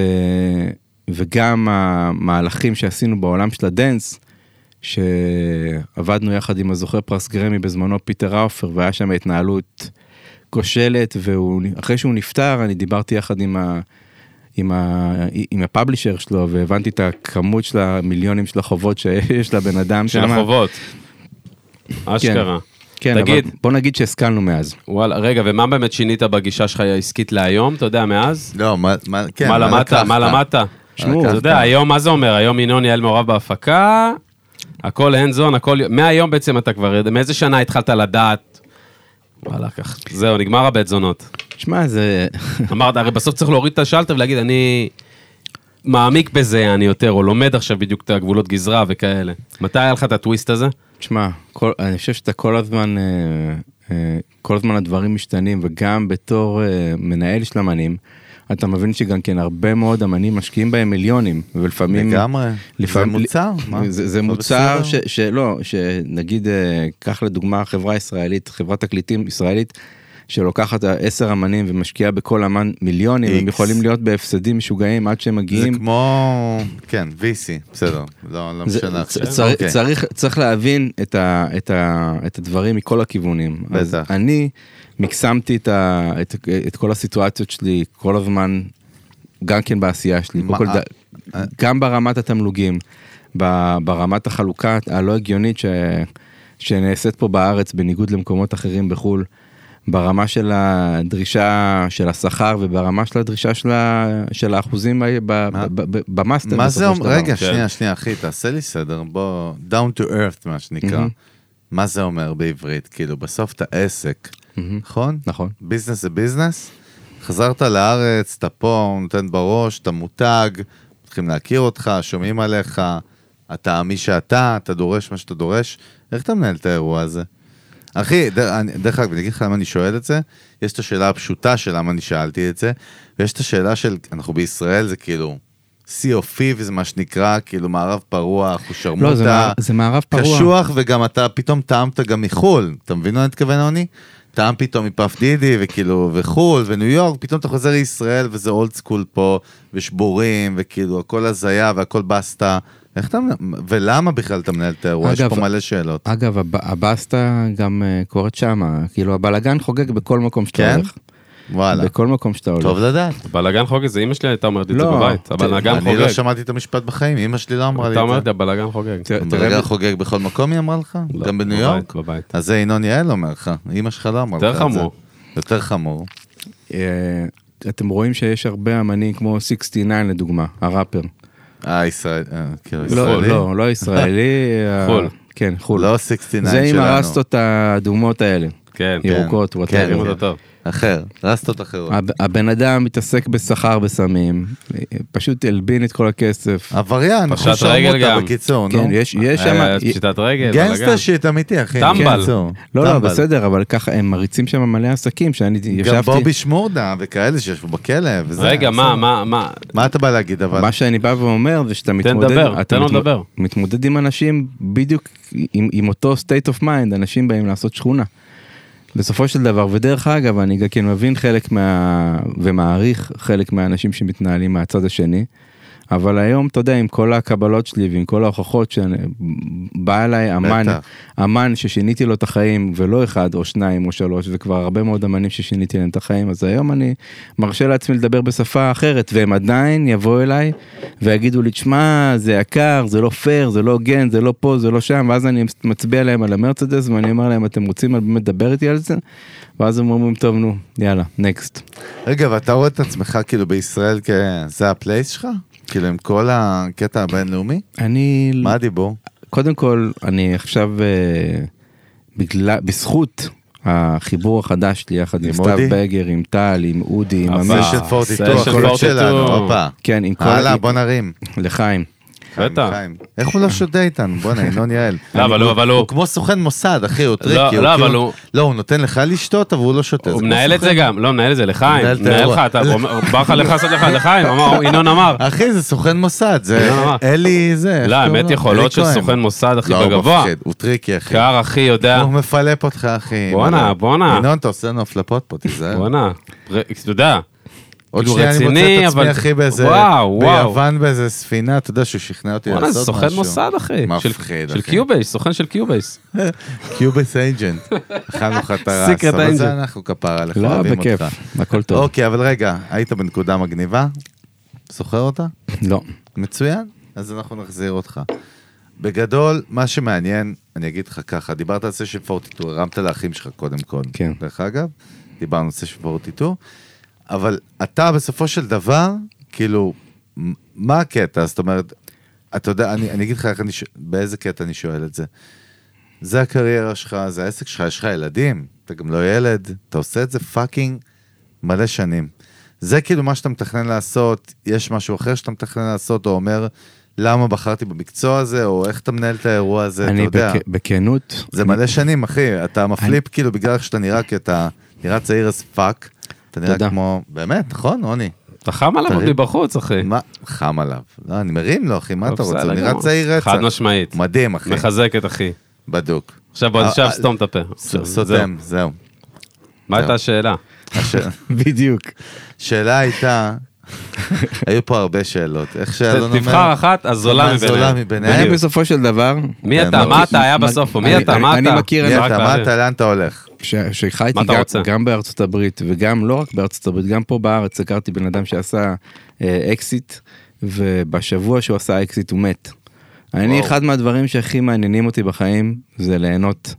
וגם המהלכים שעשינו בעולם של הדנס, שעבדנו יחד עם הזוכה פרס גרמי בזמנו פיטר ראופר, והיה שם התנהלות כושלת, ואחרי שהוא נפטר, אני דיברתי יחד עם, ה, עם, ה, עם הפאבלישר שלו, והבנתי את הכמות של המיליונים של החובות שיש לבן אדם של שם. החובות. אשכרה. כן, תגיד, אבל בוא נגיד שהשכלנו מאז. וואלה, רגע, ומה באמת שינית בגישה שלך העסקית להיום, אתה יודע, מאז? לא, מה, מה, כן, מה למדת, מה למדת? שמעו, אתה יודע, היום מה זה אומר? היום ינון יעל מעורב בהפקה, הכל הנדזון, הכל... מהיום בעצם אתה כבר, מאיזה שנה התחלת לדעת? וואלה, כך, זהו, נגמר הבית זונות. שמע, זה... אמרת, הרי בסוף צריך להוריד את השלטר ולהגיד, אני מעמיק בזה, אני יותר, או לומד עכשיו בדיוק את הגבולות גזרה וכאלה. מתי היה לך את הטוויסט הזה? תשמע, כל, אני חושב שאתה כל הזמן, אה, אה, כל הזמן הדברים משתנים, וגם בתור אה, מנהל של אמנים, אתה מבין שגם כן הרבה מאוד אמנים משקיעים בהם מיליונים, ולפעמים... לגמרי, לפעמים, זה מוצר, מה? זה, זה מוצר ש, שלא, שנגיד, אה, קח לדוגמה חברה ישראלית, חברת תקליטים ישראלית, שלוקחת עשר אמנים ומשקיעה בכל אמן מיליונים, הם יכולים להיות בהפסדים משוגעים עד שהם מגיעים. זה כמו, כן, וי סי, בסדר, לא, לא משנה. צריך, צריך, צריך להבין את, ה, את, ה, את הדברים מכל הכיוונים. אז אני מקסמתי את, ה, את, את כל הסיטואציות שלי, כל הזמן, גם כן בעשייה שלי, כל ד... גם ברמת התמלוגים, ברמת החלוקה הלא הגיונית ש, שנעשית פה בארץ, בניגוד למקומות אחרים בחול, ברמה של הדרישה של השכר, וברמה של הדרישה של, ה... של האחוזים ב... ב... ב... במאסטר. מה זה אומר? רגע, כן. שנייה, שנייה, אחי, תעשה לי סדר, בוא, down to earth, מה שנקרא. Mm-hmm. מה זה אומר בעברית? כאילו, בסוף אתה עסק, mm-hmm. נכון? נכון. ביזנס זה ביזנס? חזרת לארץ, אתה פה, נותן בראש, אתה מותג, מתחילים להכיר אותך, שומעים עליך, אתה מי שאתה, אתה דורש מה שאתה דורש, איך אתה מנהל את האירוע הזה? אחי, דרך אגב, אני אגיד לך למה אני שואל את זה, יש את השאלה הפשוטה של למה אני שאלתי את זה, ויש את השאלה של, אנחנו בישראל, זה כאילו, סי או פיב, זה מה שנקרא, כאילו מערב פרוע, חושרמוטה, לא, זה, מער, זה מערב פרוע. קשוח, וגם אתה פתאום טעמת גם מחול, אתה מבין מה אני מתכוון, עוני? טעם פתאום מפף דידי, וכאילו, וחול, וניו יורק, פתאום אתה חוזר לישראל, וזה אולד סקול פה, ושבורים, וכאילו, הכל הזיה, והכל בסטה, איך אתה, ולמה בכלל אתה מנהל את האירוע? יש פה מלא שאלות. אגב, הבסטה גם קורית שמה, כאילו הבלגן חוגג בכל מקום שאתה הולך. וואלה. בכל מקום שאתה הולך. טוב לדעת. הבלגן חוגג זה אמא שלי הייתה אומרת את זה בבית. הבלגן חוגג. אני לא שמעתי את המשפט בחיים, אמא שלי לא אמרה לי את זה. אתה אומרת, הבלגן חוגג. הבלגן חוגג בכל מקום היא אמרה לך? גם בניו יורק? בבית. אז זה ינון יעל אומר לך, אמא שלך לא אמרה לך את זה. יותר חמור. יותר חמור. אתם רואים שיש הרבה אמנים כמו שישים ותשע לדוגמה, הראפר. אה, ישראלי. לא, לא, לא ישראלי. חול. כן, חול. לא שישים ותשע שלנו. זה עם הרסטות האדומות האלה. כן. ירוקות, וואטאבר. אחר, רסטות אחרות. הבן אדם מתעסק בשכר בסמים, פשוט הלבין את כל הכסף. עבריין, פשט רגל גם. בקיצור, נו. כן, יש שם... פשיטת רגל. גנסטר שיט אמיתי, אחי. טמבל. לא, לא, בסדר, אבל ככה, הם מריצים שם מלא עסקים, שאני ישבתי... גם בובי שמורדה וכאלה שישבו בכלא. רגע, מה, מה, מה? מה אתה בא להגיד, אבל? מה שאני בא ואומר, זה שאתה מתמודד... תן דבר, תן לו לדבר. מתמודד עם אנשים בדיוק עם אותו state of mind, אנשים באים לעשות שכונה. בסופו של דבר, ודרך אגב, אני גם כן מבין חלק מה... ומעריך חלק מהאנשים שמתנהלים מהצד השני, אבל היום, אתה יודע, עם כל הקבלות שלי ועם כל ההוכחות שבא אליי אמן, אמן ששיניתי לו את החיים, ולא אחד או שניים או שלוש, וכבר הרבה מאוד אמנים ששיניתי להם את החיים, אז היום אני מרשה לעצמי לדבר בשפה אחרת, והם עדיין יבואו אליי ויגידו לי, תשמע, זה יקר, זה לא פייר, זה לא הוגן, זה לא פה, זה לא שם, ואז אני מצביע להם על המרצדס, ואני אומר להם, אתם רוצים באמת לדבר איתי על זה? ואז הם אומרים, טוב, נו, יאללה, נקסט. רגע, ואתה רואה את עצמך כאילו בישראל, זה הפלייס שלך? כאילו עם כל הקטע הבינלאומי? אני... מה הדיבור? קודם כל, אני עכשיו, בגלל, בזכות החיבור החדש שלי, יחד עם סתיו בגר, עם טל, עם אודי, עם אמיר. סשן פורטי טו, הקולות שלנו, הופה. כן, עם כל... הלאה, בוא נרים. לחיים. בטח. איך הוא לא שודה איתנו? בוא ינון יעל. לא, אבל הוא, אבל הוא... הוא כמו סוכן מוסד, אחי, הוא טריקי. לא, אבל הוא... לא, הוא נותן לך לשתות, אבל הוא לא שותה. הוא מנהל את זה גם, לא, מנהל את זה לחיים. מנהל לך, אתה בא לך לך לעשות לך לחיים, ינון אמר. אחי, זה סוכן מוסד, זה אלי זה. לא, האמת יכולות של סוכן מוסד, אחי, בגבוה. הוא טריקי, אחי. קר, אחי, יודע. הוא מפלפ אותך, אחי. בואנה, בואנה. ינון, אתה עושה לנו הפלפות פה, תיזהר. בואנה, אתה יודע. עוד שנייה אני מוצא את עצמי אחי באיזה, ביוון באיזה ספינה, אתה יודע שהוא שכנע אותי לעשות משהו. סוכן מוסד אחי, של קיובייס, סוכן של קיובייס. קיובייס אייג'נט, אכלנו לך את הרס, אבל זה אנחנו כפרה לך, אוהבים אותך. לא, בכיף, הכל טוב. אוקיי, אבל רגע, היית בנקודה מגניבה? זוכר אותה? לא. מצוין, אז אנחנו נחזיר אותך. בגדול, מה שמעניין, אני אגיד לך ככה, דיברת על סשן פורטי טו, הרמת לאחים שלך קודם כל. כן. דרך אגב, דיברנו על סשן פורטי טו, אבל אתה בסופו של דבר, כאילו, מה הקטע? זאת אומרת, אתה יודע, אני, אני אגיד לך איך אני, באיזה קטע אני שואל את זה. זה הקריירה שלך, זה העסק שלך, יש לך ילדים, אתה גם לא ילד, אתה עושה את זה פאקינג מלא שנים. זה כאילו מה שאתה מתכנן לעשות, יש משהו אחר שאתה מתכנן לעשות, או אומר, למה בחרתי במקצוע הזה, או איך אתה מנהל את האירוע הזה, אתה יודע. אני בכנות. זה מלא שנים, אחי, אתה מפליפ כאילו בגלל איך שאתה נראה, כי אתה נראה צעיר אז פאק, אתה נראה כמו, באמת, נכון, עוני? אתה חם עליו עוד מבחוץ, אחי. מה? חם עליו. לא, אני מרים לו, אחי, מה אתה רוצה? הוא נראה צעיר רצח. חד משמעית. מדהים, אחי. מחזקת, אחי. בדוק. עכשיו בוא נשאר סתום את הפה. סותם, זהו. מה הייתה השאלה? בדיוק. שאלה הייתה, היו פה הרבה שאלות. איך שאלון אומר? תבחר אחת, הזולה מביניהם. אני בסופו של דבר... מי אתה? מה אתה? היה בסוף פה. מי אתה? מה אתה? אני מכיר... מי אתה? מה אתה? לאן אתה הולך? שחייתי גם בארצות הברית, וגם לא רק בארצות הברית, גם פה בארץ, הכרתי בן אדם שעשה אקסיט, ובשבוע שהוא עשה אקסיט הוא מת. אני, אחד מהדברים שהכי מעניינים אותי בחיים, זה ליהנות.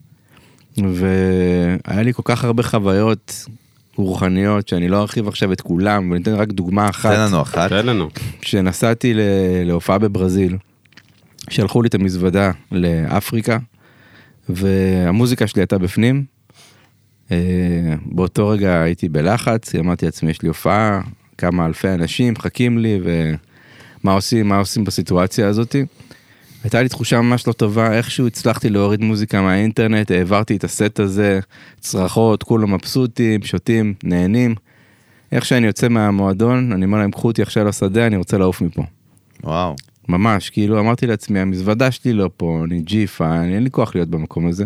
והיה לי כל כך הרבה חוויות רוחניות, שאני לא ארחיב עכשיו את כולם, וניתן רק דוגמה אחת. תן לנו אחת. תן לנו. שנסעתי להופעה בברזיל, שלחו לי את המזוודה לאפריקה, והמוזיקה שלי הייתה בפנים. באותו רגע הייתי בלחץ, אמרתי לעצמי, יש לי הופעה, כמה אלפי אנשים מחכים לי, ומה עושים, מה עושים בסיטואציה הזאת. הייתה לי תחושה ממש לא טובה, איכשהו הצלחתי להוריד מוזיקה מהאינטרנט, העברתי את הסט הזה, צרחות, כולם מבסוטים, שותים, נהנים. איך שאני יוצא מהמועדון, אני אומר להם, קחו אותי עכשיו לשדה, אני רוצה לעוף מפה. וואו. ממש, כאילו אמרתי לעצמי, המזוודה שלי לא פה, אני ג'יפה, אני אין לי כוח להיות במקום הזה.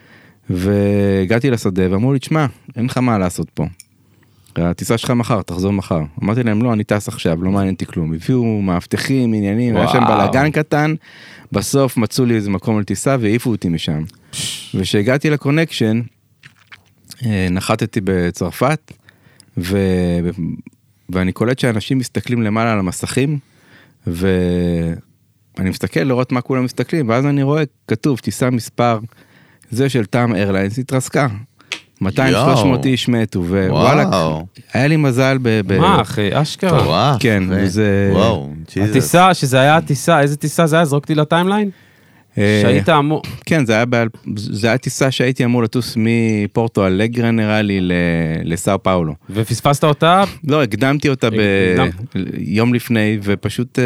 והגעתי לשדה ואמרו לי, תשמע, אין לך מה לעשות פה. הטיסה שלך מחר, תחזור מחר. אמרתי להם, לא, אני טס עכשיו, לא מעניין אותי כלום. הביאו מאבטחים, עניינים, היה שם בלגן קטן, בסוף מצאו לי איזה מקום על טיסה והעיפו אותי משם. וכשהגעתי לקונקשן, נחתתי בצרפת, ו... ואני קולט שאנשים מסתכלים למעלה על המסכים, ואני מסתכל לראות מה כולם מסתכלים, ואז אני רואה, כתוב, טיסה מספר, זה של טאם איירליינס, התרסקה. מאתיים שלוש מאות איש מתו, ווואלה, היה לי מזל ב... מה אחי, אשכרה. כן, וזה... וואו, הטיסה, שזה היה הטיסה, איזה טיסה זה היה? זרוקתי לטיימליין? שהיית אמור... כן, זה היה טיסה שהייתי אמור לטוס מפורטו אלגרה נראה לי לסאו פאולו. ופספסת אותה? לא, הקדמתי אותה ביום לפני, ופשוט...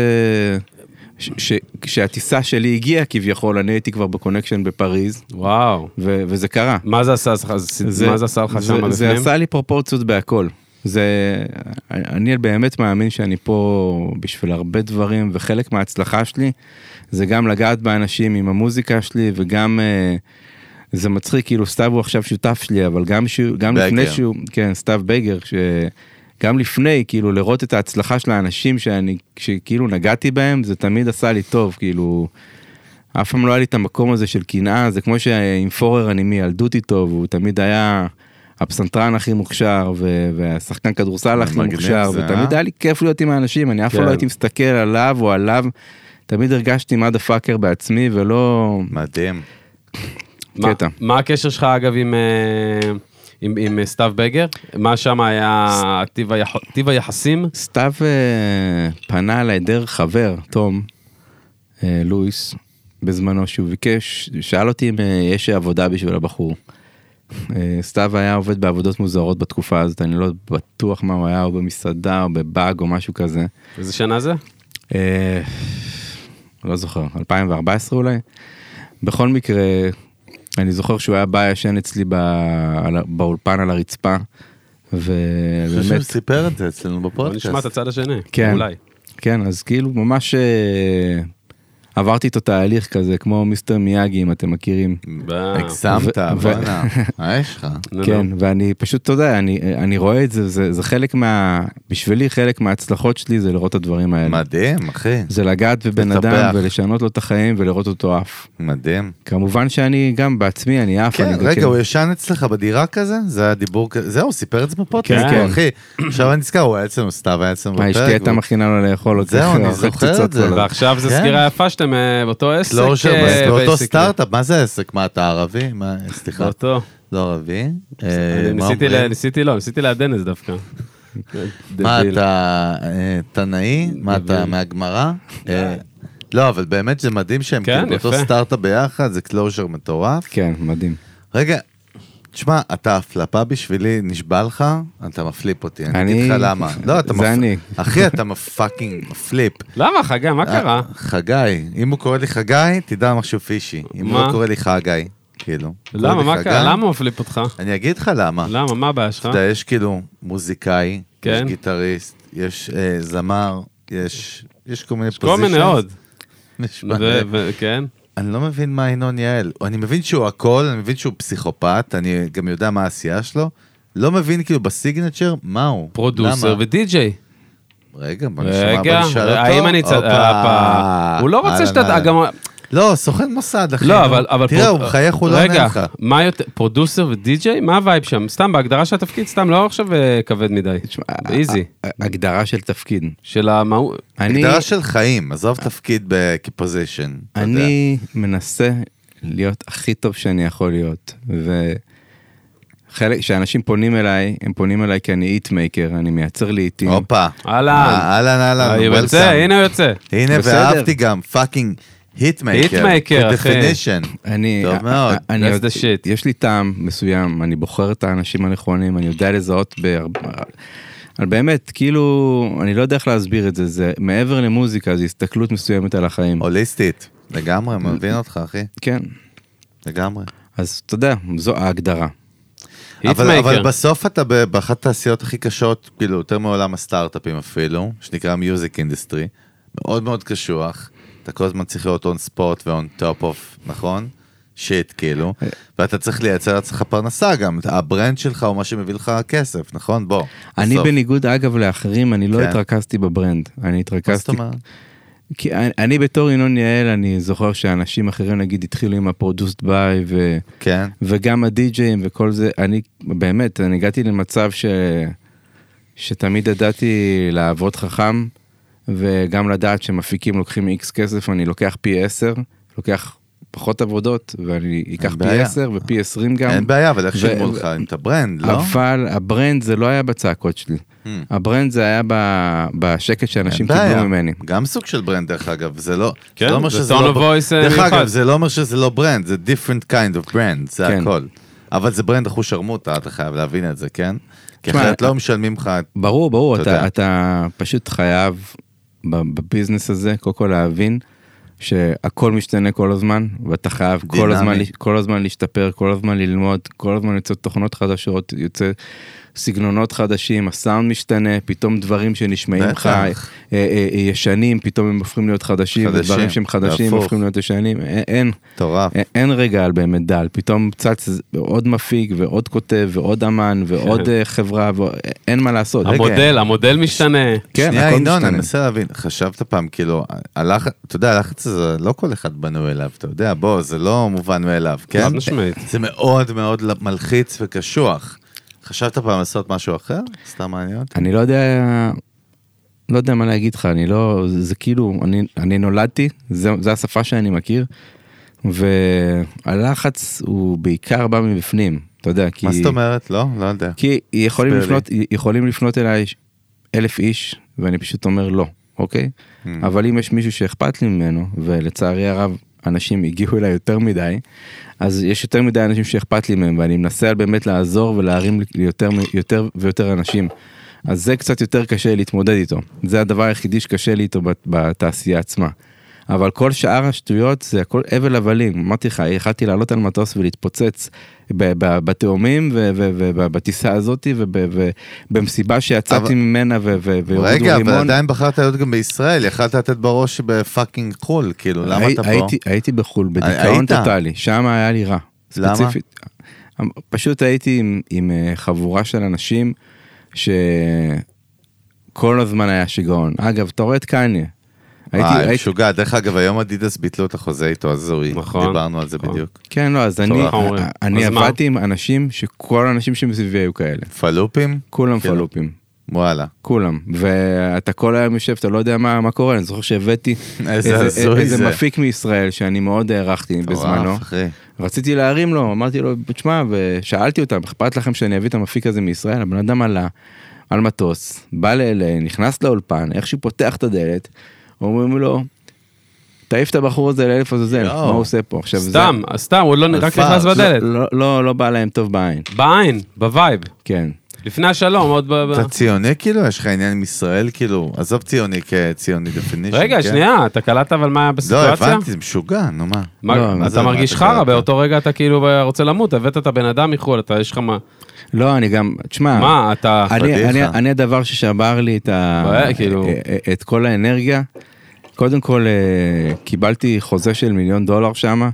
כשהטיסה שלי הגיעה כביכול, אני הייתי כבר בקונקשן בפריז. וואו. וזה קרה. מה זה עשה לך? מה זה עשה לך שם בפנים? זה עשה לי פרופורציות בהכל. זה, אני באמת מאמין שאני פה בשביל הרבה דברים, וחלק מההצלחה שלי, זה גם לגעת באנשים עם המוזיקה שלי, וגם, זה מצחיק, כאילו סתיו הוא עכשיו שותף שלי, אבל גם, שהוא, גם לפני שהוא, כן, סתיו בייגר, ש... גם לפני, כאילו, לראות את ההצלחה של האנשים שאני, שכאילו נגעתי בהם, זה תמיד עשה לי טוב, כאילו, אף פעם לא היה לי את המקום הזה של קנאה, זה כמו שעם פורר אני מילדות איתו, והוא תמיד היה הפסנתרן הכי מוכשר, והשחקן כדורסל הכי מוכשר, ותמיד היה לי כיף להיות עם האנשים, אני אף פעם לא הייתי מסתכל עליו או עליו, תמיד הרגשתי מה דה פאקר בעצמי, ולא... מדהים. קטע. מה הקשר שלך, אגב, עם... עם, עם סתיו בגר? מה שם היה טיב, היח... טיב היחסים? סתיו uh, פנה אליי דרך חבר, תום, uh, לואיס, בזמנו שהוא ביקש, שאל אותי אם uh, יש עבודה בשביל הבחור. Uh, סתיו היה עובד בעבודות מוזרות בתקופה הזאת, אני לא בטוח מה הוא היה, או במסעדה, או בבאג, או משהו כזה. איזה שנה זה? Uh, לא זוכר, אלפיים וארבע עשרה אולי. בכל מקרה... אני זוכר שהוא היה בא ישן אצלי באולפן על הרצפה, ובאמת... חשוב סיפר את זה אצלנו בפודקאסט. נשמע את הצד השני, כן, אולי. כן, אז כאילו ממש עברתי איתו תהליך כזה, כמו מיסטר מיאגי, אם אתם מכירים. הגזמת, בואנה, מה יש לך? כן, ואני פשוט, אתה יודע, אני רואה את זה, זה חלק מה... בשבילי חלק מההצלחות שלי זה לראות את הדברים האלה. מדהים, אחי. זה לגעת בבן אדם ולשנות לו את החיים ולראות אותו אף. מדהים. כמובן שאני גם בעצמי, אני אף. כן, רגע, הוא ישן אצלך בדירה כזה? זה היה דיבור כזה? זהו, סיפר את זה בפודקאסט, אחי. עכשיו אני נזכר, הוא היה אצלנו, סתיו היה אצלנו בפרק. אשתי הייתה מכינה לו לאכול אותך. זהו, אני זוכר את זה. ועכשיו זה סגירה יפה שאתם באותו עסק. באותו סטארט-אפ, מה זה עסק? מה, אתה ערבי? סליחה. באותו. לא ערבי. ניסיתי לא, ניסיתי לעדן את זה דווקא. מה, אתה תנאי? מה, אתה מהגמרא? לא, אבל באמת זה מדהים שהם כאילו באותו סטארט-אפ ביחד, זה קלוז'ר מטורף. כן, מדהים. רגע, תשמע, אתה הפלפה בשבילי, נשבע לך, אתה מפליפ אותי, אני אגיד לך למה. לא, אתה מפליפ. אחי, אתה פאקינג מפליפ. למה, חגי, מה קרה? חגי, אם הוא קורא לי חגי, תדע משהו פישי. אם הוא לא קורא לי חגי, כאילו. למה, מה קרה? למה הוא מפליפ אותך? אני אגיד לך למה. למה, מה הבעיה שלך? אתה יודע, יש כאילו מוזיקאי, יש גיטריסט, יש זמר, יש כל מיני פוזיציות. כל מיני עוד. כן. אני לא מבין מה ינון יעל, אני מבין שהוא הכל, אני מבין שהוא פסיכופת, אני גם יודע מה העשייה שלו, לא מבין כאילו בסיגנצ'ר, מה הוא? פרודוסר ודי-ג'יי. רגע, בוא נשמע, בוא נשאל אותו. האם אני צד... הוא לא רוצה שאתה... לא, סוכן מוסד, אחי. לא, אבל... תראה, הוא מחייך, הוא לא עונה לך. רגע, מה יותר, פרודוסר ודי-ג'יי? מה הווייב שם? סתם, בהגדרה של התפקיד, סתם, לא עכשיו כבד מדי. איזי. הגדרה של תפקיד. של המהות. הגדרה של חיים, עזוב תפקיד כפוזישן. אני מנסה להיות הכי טוב שאני יכול להיות, וחלק, שאנשים פונים אליי, הם פונים אליי כי אני איטמייקר, אני מייצר לעיתים. הופה. אהלן. אהלן, אהלן. יוצא, הנה הוא יוצא. הנה, ואהבתי גם, פאקינג. היטמייקר, אחי. אני, טוב מאוד. אני יודע, יש לי טעם מסוים, אני בוחר את האנשים הנכונים, אני יודע לזהות בהרבה, אבל באמת, כאילו, אני לא יודע איך להסביר את זה, זה מעבר למוזיקה, זה הסתכלות מסוימת על החיים. הוליסטית, לגמרי, מבין אותך, אחי. כן. לגמרי. אז אתה יודע, זו ההגדרה. אבל בסוף אתה באחת התעשיות הכי קשות, כאילו, יותר מעולם הסטארט-אפים אפילו, שנקרא מיוזיק אינדסטרי, מאוד מאוד קשוח. אתה כל הזמן צריך להיות on spot ו-on top of, נכון? שיט, כאילו. ואתה צריך לייצר לעצמך פרנסה גם. הברנד שלך הוא מה שמביא לך כסף, נכון? בוא. אני בניגוד, אגב, לאחרים, אני לא התרכזתי בברנד. אני התרכזתי... כי אני בתור ינון יעל, אני זוכר שאנשים אחרים, נגיד, התחילו עם הפרודוסט ביי, וגם הדי-ג'יים וכל זה. אני, באמת, אני הגעתי למצב שתמיד ידעתי לעבוד חכם, וגם לדעת שמפיקים לוקחים איקס כסף, אני לוקח פי עשר, לוקח פחות עבודות, ואני אקח פי עשר ופי עשרים גם. אין בעיה, אבל איך שילמו לך עם את הברנד, לא? אבל הברנד זה לא היה בצעקות שלי. הברנד זה היה בשקט שאנשים קיבלו ממני. גם סוג של ברנד, דרך אגב, זה לא... כן, זה טון וויס מיוחד. דרך אגב, זה לא אומר שזה לא ברנד, זה different kind of brand, זה הכל. אבל זה ברנד אחוז שרמוטה, אתה חייב להבין את זה, כן? כי אחרת לא משלמים לך... ברור, ברור, אתה פשוט חייב בביזנס הזה, קודם כל להבין שהכל משתנה כל הזמן, ואתה חייב כל הזמן, כל הזמן להשתפר, כל הזמן ללמוד, כל הזמן יוצא תוכנות חדשות, יוצא סגנונות חדשים, הסאונד משתנה, פתאום דברים שנשמעים לך בטח. אה, אה, אה, ישנים, פתאום הם הופכים להיות חדשים, חדשים, ודברים שהם חדשים והפוך. הופכים להיות ישנים, אין, אין, מטורף. אין, אין רגע על באמת דל, פתאום צץ עוד מפיק ועוד כותב ועוד אמן ועוד אה, חברה, ואין מה לעשות. המודל, המודל משתנה. כן, שנייה, הכל ינון, אני משתנה. מנסה להבין, חשבת פעם, כאילו, הלח... אתה יודע, הלחץ הזה, לא כל אחד בנו אליו, אתה יודע, בוא, זה לא מובן מאליו, כן? חד משמעית. זה מאוד מאוד מלחיץ וקשוח. חשבת פעם לעשות משהו אחר? סתם מעניין אותי. אני לא יודע, לא יודע מה להגיד לך, אני לא, זה, זה כאילו, אני, אני נולדתי, זה, זה השפה שאני מכיר, והלחץ הוא בעיקר בא מבפנים, אתה יודע, כי... מה זאת אומרת? לא? לא יודע. כי יכולים ספר לי. לפנות, יכולים לפנות אליי אלף איש, ואני פשוט אומר לא, אוקיי? Mm. אבל אם יש מישהו שאכפת לי ממנו, ולצערי הרב, אנשים הגיעו אליי יותר מדי, אז יש יותר מדי אנשים שאכפת לי מהם, ואני מנסה באמת לעזור ולהרים לי יותר, יותר ויותר אנשים. אז זה קצת יותר קשה להתמודד איתו. זה הדבר היחידי שקשה לי איתו בתעשייה עצמה. אבל כל שאר השטויות זה הכל אבל הבלים. אמרתי לך, יכלתי לעלות על מטוס ולהתפוצץ בתאומים ובטיסה הזאת ובמסיבה שיצאתי ממנה ויורדו רימון. רגע, אבל עדיין בחרת להיות גם בישראל, יכלת לתת בראש בפאקינג חול, כאילו, למה אתה פה? הייתי בחול, בדיכאון טוטלי, שם היה לי רע. למה? פשוט הייתי עם חבורה של אנשים שכל הזמן היה שיגעון. אגב, אתה רואה את קניה. וואי, משוגע, דרך אגב, היום אדידס ביטלו את החוזה איתו, אז זוהי, דיברנו על זה בדיוק. כן, לא, אז אני עבדתי עם אנשים שכל האנשים שמסביבי היו כאלה. פלופים? כולם פלופים. וואלה. כולם, ואתה כל היום יושב, אתה לא יודע מה קורה, אני זוכר שהבאתי איזה מפיק מישראל שאני מאוד הערכתי בזמנו. רציתי להרים לו, אמרתי לו, תשמע, ושאלתי אותם, אכפת לכם שאני אביא את המפיק הזה מישראל? הבן אדם עלה על מטוס, בא לאלה, נכנס לאולפן, איך שהוא פותח את הדלת, אומרים לו, תעיף את הבחור הזה לאלף עזוזל, מה הוא עושה פה? סתם, סתם, הוא רק נכנס בדלת. לא בא להם טוב בעין. בעין, בווייב. כן. לפני השלום, עוד ב... אתה ציוני כאילו? יש לך עניין עם ישראל כאילו? עזוב ציוני כציוני דפינישן. רגע, שנייה, אתה קלטת אבל מה היה בסיטואציה? לא, הבנתי, זה משוגע, נו מה. אתה מרגיש חרא, באותו רגע אתה כאילו רוצה למות, הבאת את הבן אדם מחול, אתה יש לך מה... לא, אני גם, תשמע, מה, אתה... אני הדבר ששבר לי את כל האנרגיה, קודם כל קיבלתי חוזה של מיליון דולר שמה,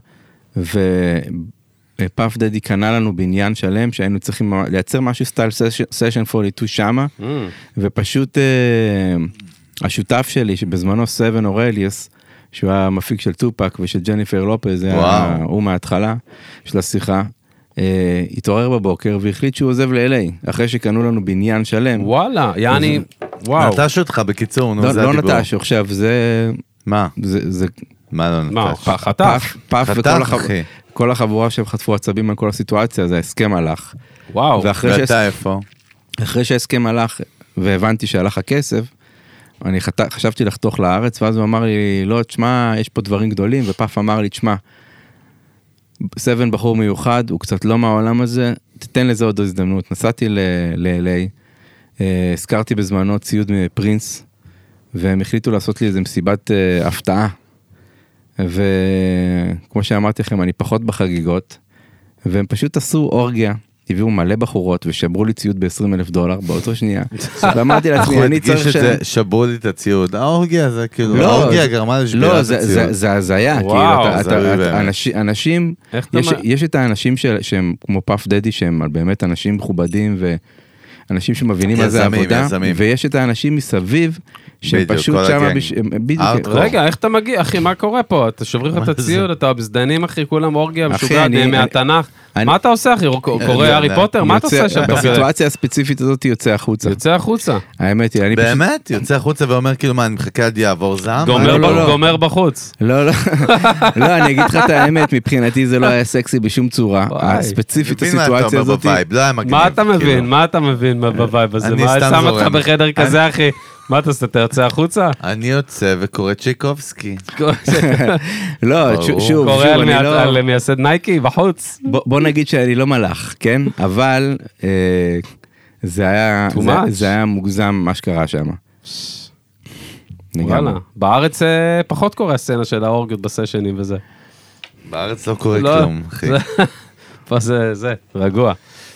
ופאף דדי קנה לנו בניין שלם, שהיינו צריכים לייצר משהו סטייל סשן ארבעים ושתיים שמה, ופשוט השותף שלי, שבזמנו סבן אורליוס, שהוא היה מפיק של טופק ושל ג'ניפר לופז, הוא מההתחלה של השיחה, התעורר בבוקר והחליט שהוא עוזב ל-אל איי, אחרי שקנו לנו בניין שלם. וואלה, יעני, וואו. נטש אותך בקיצור, נו, זה הדיבור. לא נטש, עכשיו זה... מה? זה... מה לא נטש? חטף. פאף וכל החבורה שהם חטפו עצבים על כל הסיטואציה, זה ההסכם הלך. וואו. ואתה איפה? אחרי שההסכם הלך, והבנתי שהלך הכסף, אני חשבתי לחתוך לארץ, ואז הוא אמר לי, לא, תשמע, יש פה דברים גדולים, ופאף אמר לי, תשמע, סבן בחור מיוחד, הוא קצת לא מהעולם הזה, תתן לזה עוד הזדמנות. נסעתי ל-אל איי, הזכרתי בזמנו ציוד מפרינס, והם החליטו לעשות לי איזו מסיבת הפתעה, וכמו שאמרתי לכם, אני פחות בחגיגות, והם פשוט עשו אורגיה, הביאו מלא בחורות, ושברו לי ציוד ב-עשרים אלף דולר, באותו שנייה, ואמרתי לעצמי, אני צריך ש... שברו לי את הציוד, האורגיה זה כאילו, האורגיה גרמה לשבירת הציוד. לא, זה הזיה, אנשים, יש את האנשים שהם כמו פאף דדי, שהם באמת אנשים מכובדים, ואנשים שמבינים מה זה עבודה, ויש את האנשים מסביב, שהם פשוט שם, בדיוק. רגע, איך אתה מגיע, אחי, מה קורה פה? אתה שוברים את הציוד, אתה בזדנים, אחי, כולם אורגיה, משוגעת, מהתנ"ך. מה אתה עושה, אחי? קורא הארי פוטר? מה אתה עושה שם? בסיטואציה הספציפית הזאת יוצא החוצה. יוצא החוצה. האמת היא, אני פשוט... באמת? יוצא החוצה ואומר כאילו מה, אני מחכה עד יעבור זעם? גומר בחוץ. לא, לא. לא, אני אגיד לך את האמת, מבחינתי זה לא היה סקסי בשום צורה. הספציפית הסיטואציה הזאת... מה אתה מבין? מה אתה מבין בווייב הזה? מה שם אותך בחדר כזה, אחי? מה אתה עושה? אתה יוצא החוצה? אני יוצא וקורא צ'ייקובסקי. לא, שוב, שוב, קורא על מייסד נייקי בחוץ. בוא נגיד שאני לא מלאך, כן? אבל זה היה מוגזם מה שקרה שם. וואלה, בארץ פחות קורה הסצנה של האורגיות בסשנים וזה. בארץ לא קורה כלום, אחי. פה זה, זה, רגוע.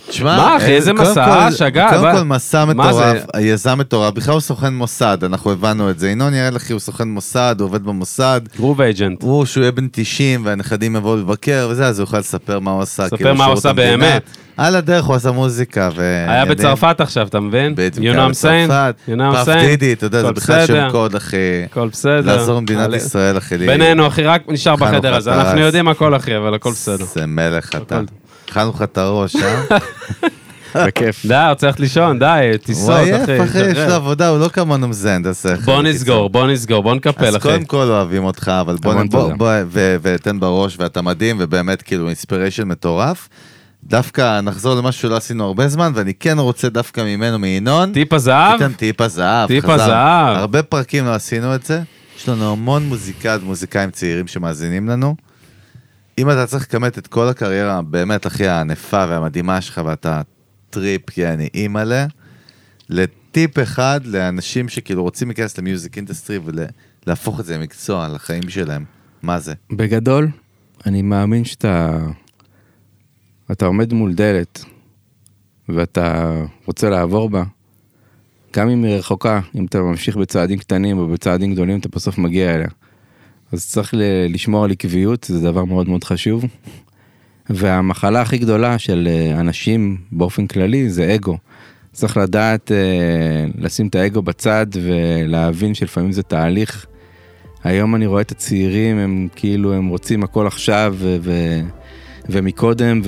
תשמע, מה, אחי, איזה מסע, שגע. קודם כל, מסע מטורף, היזם מטורף, בכלל הוא סוכן מוסד, אנחנו הבנו את זה. ינון יראה לך, הוא סוכן מוסד, הוא עובד במוסד. גרוב אייג'נט. הוא, שהוא יהיה בן תשעים, והנכדים יבואו לבקר, וזה, אז הוא יכול לספר מה הוא עשה. ספר מה הוא עושה באמת. על הדרך הוא עשה מוזיקה. היה בצרפת עכשיו, אתה מבין? בדיוק, היה בצרפת. פאף דידי, אתה יודע, זה בכלל שם קוד, אחי. הכל בסדר. לעזור למדינת ישראל, אחי. בינינו, אחי, רק נשאר בחדר הזה. אנחנו יודעים הכל, אחי, אבל הכל בסדר. זה מלך אתה. אכלנו לך את הראש, אה? בכיף. די, הוא צריך לישון, די, טיסות, אחי. הוא עייף, אחי, יש לו עבודה, הוא לא כמונו מזן, תעשה. בוא נסגור, בוא נסגור, בוא נקפל, אחי. אז קודם כל אוהבים אותך, אבל בוא, ותן בראש, ואתה מדהים, ובאמת, כאילו, אינספיריישן מטורף. דווקא נחזור למשהו שלא עשינו הרבה זמן, ואני כן רוצה דווקא ממנו, מינון. טיפ הזהב? ניתן טיפ הזהב. טיפ הזהב. הרבה פרקים לא עשינו את זה. יש לנו המון מוזיקה, מוזיקאים צעירים שמאזינים לנו. אם אתה צריך לקמת את כל הקריירה, באמת הכי הענפה והמדהימה שלך, ואתה טריפ, כי אני אימאלה, לטיפ אחד לאנשים שכאילו רוצים להיכנס למיוזיק אינדסטרי, ולהפוך את זה למקצוע, לחיים שלהם. מה זה? בגדול, אני מאמין שאתה... אתה עומד מול דלת, ואתה רוצה לעבור בה, גם אם היא רחוקה, אם אתה ממשיך בצעדים קטנים או בצעדים גדולים, אתה בסוף מגיע אליה. אז צריך לשמור על עקביות, זה דבר מאוד מאוד חשוב. והמחלה הכי גדולה של אנשים באופן כללי זה אגו. צריך לדעת לשים את האגו בצד ולהבין שלפעמים זה תהליך. היום אני רואה את הצעירים, הם כאילו, הם רוצים הכל עכשיו ו... ו- ומקודם,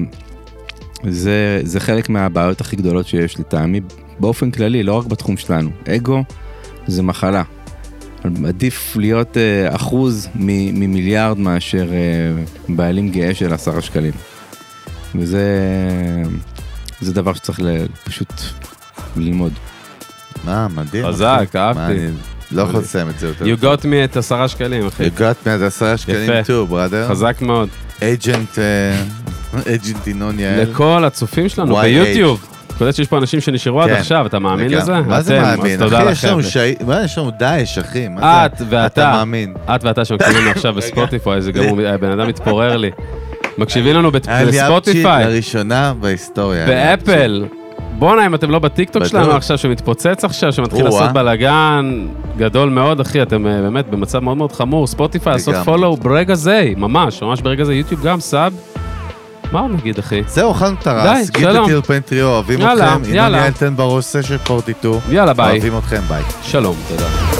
וזה זה חלק מהבעיות הכי גדולות שיש לטעמי, באופן כללי, לא רק בתחום שלנו. אגו זה מחלה. עדיף להיות uh, אחוז ממיליארד מאשר uh, בעלים גאה של עשרה שקלים. וזה זה דבר שצריך פשוט ללמוד. מה, מדהים. חזק, אהבתי. לא יכול לסיים את זה יותר. You got me את עשרה שקלים, אחי. You got me את עשרה שקלים too, brother. חזק מאוד. אייג'נט, אייג'נט ינון יעל. לכל הצופים שלנו ביוטיוב. אתה יודע שיש פה אנשים שנשארו עד עכשיו, אתה מאמין לזה? מה זה מאמין? אחי, יש לנו דאעש, אחי. את ואתה, את ואתה שמקשיבים לנו עכשיו בספוטיפיי, זה גם בן אדם מתפורר לי. מקשיבים לנו בספוטיפיי. אליאפצ'יט לראשונה בהיסטוריה. באפל. בואנה, אם אתם לא בטיקטוק שלנו עכשיו, שמתפוצץ עכשיו, שמתחיל לעשות בלגן גדול מאוד, אחי, אתם באמת במצב מאוד מאוד חמור. ספוטיפיי, לעשות פולו ברגע זה, ממש, ממש ברגע זה, יוטיוב גם, סאב. מה עוד נגיד, אחי? זהו, אכלנו את הרס. גיל וטיל פנטריו, אוהבים אתכם. ינון יעל תן בראש סשן פורטי טו. יאללה, ביי. אוהבים אתכם, ביי. שלום, תודה.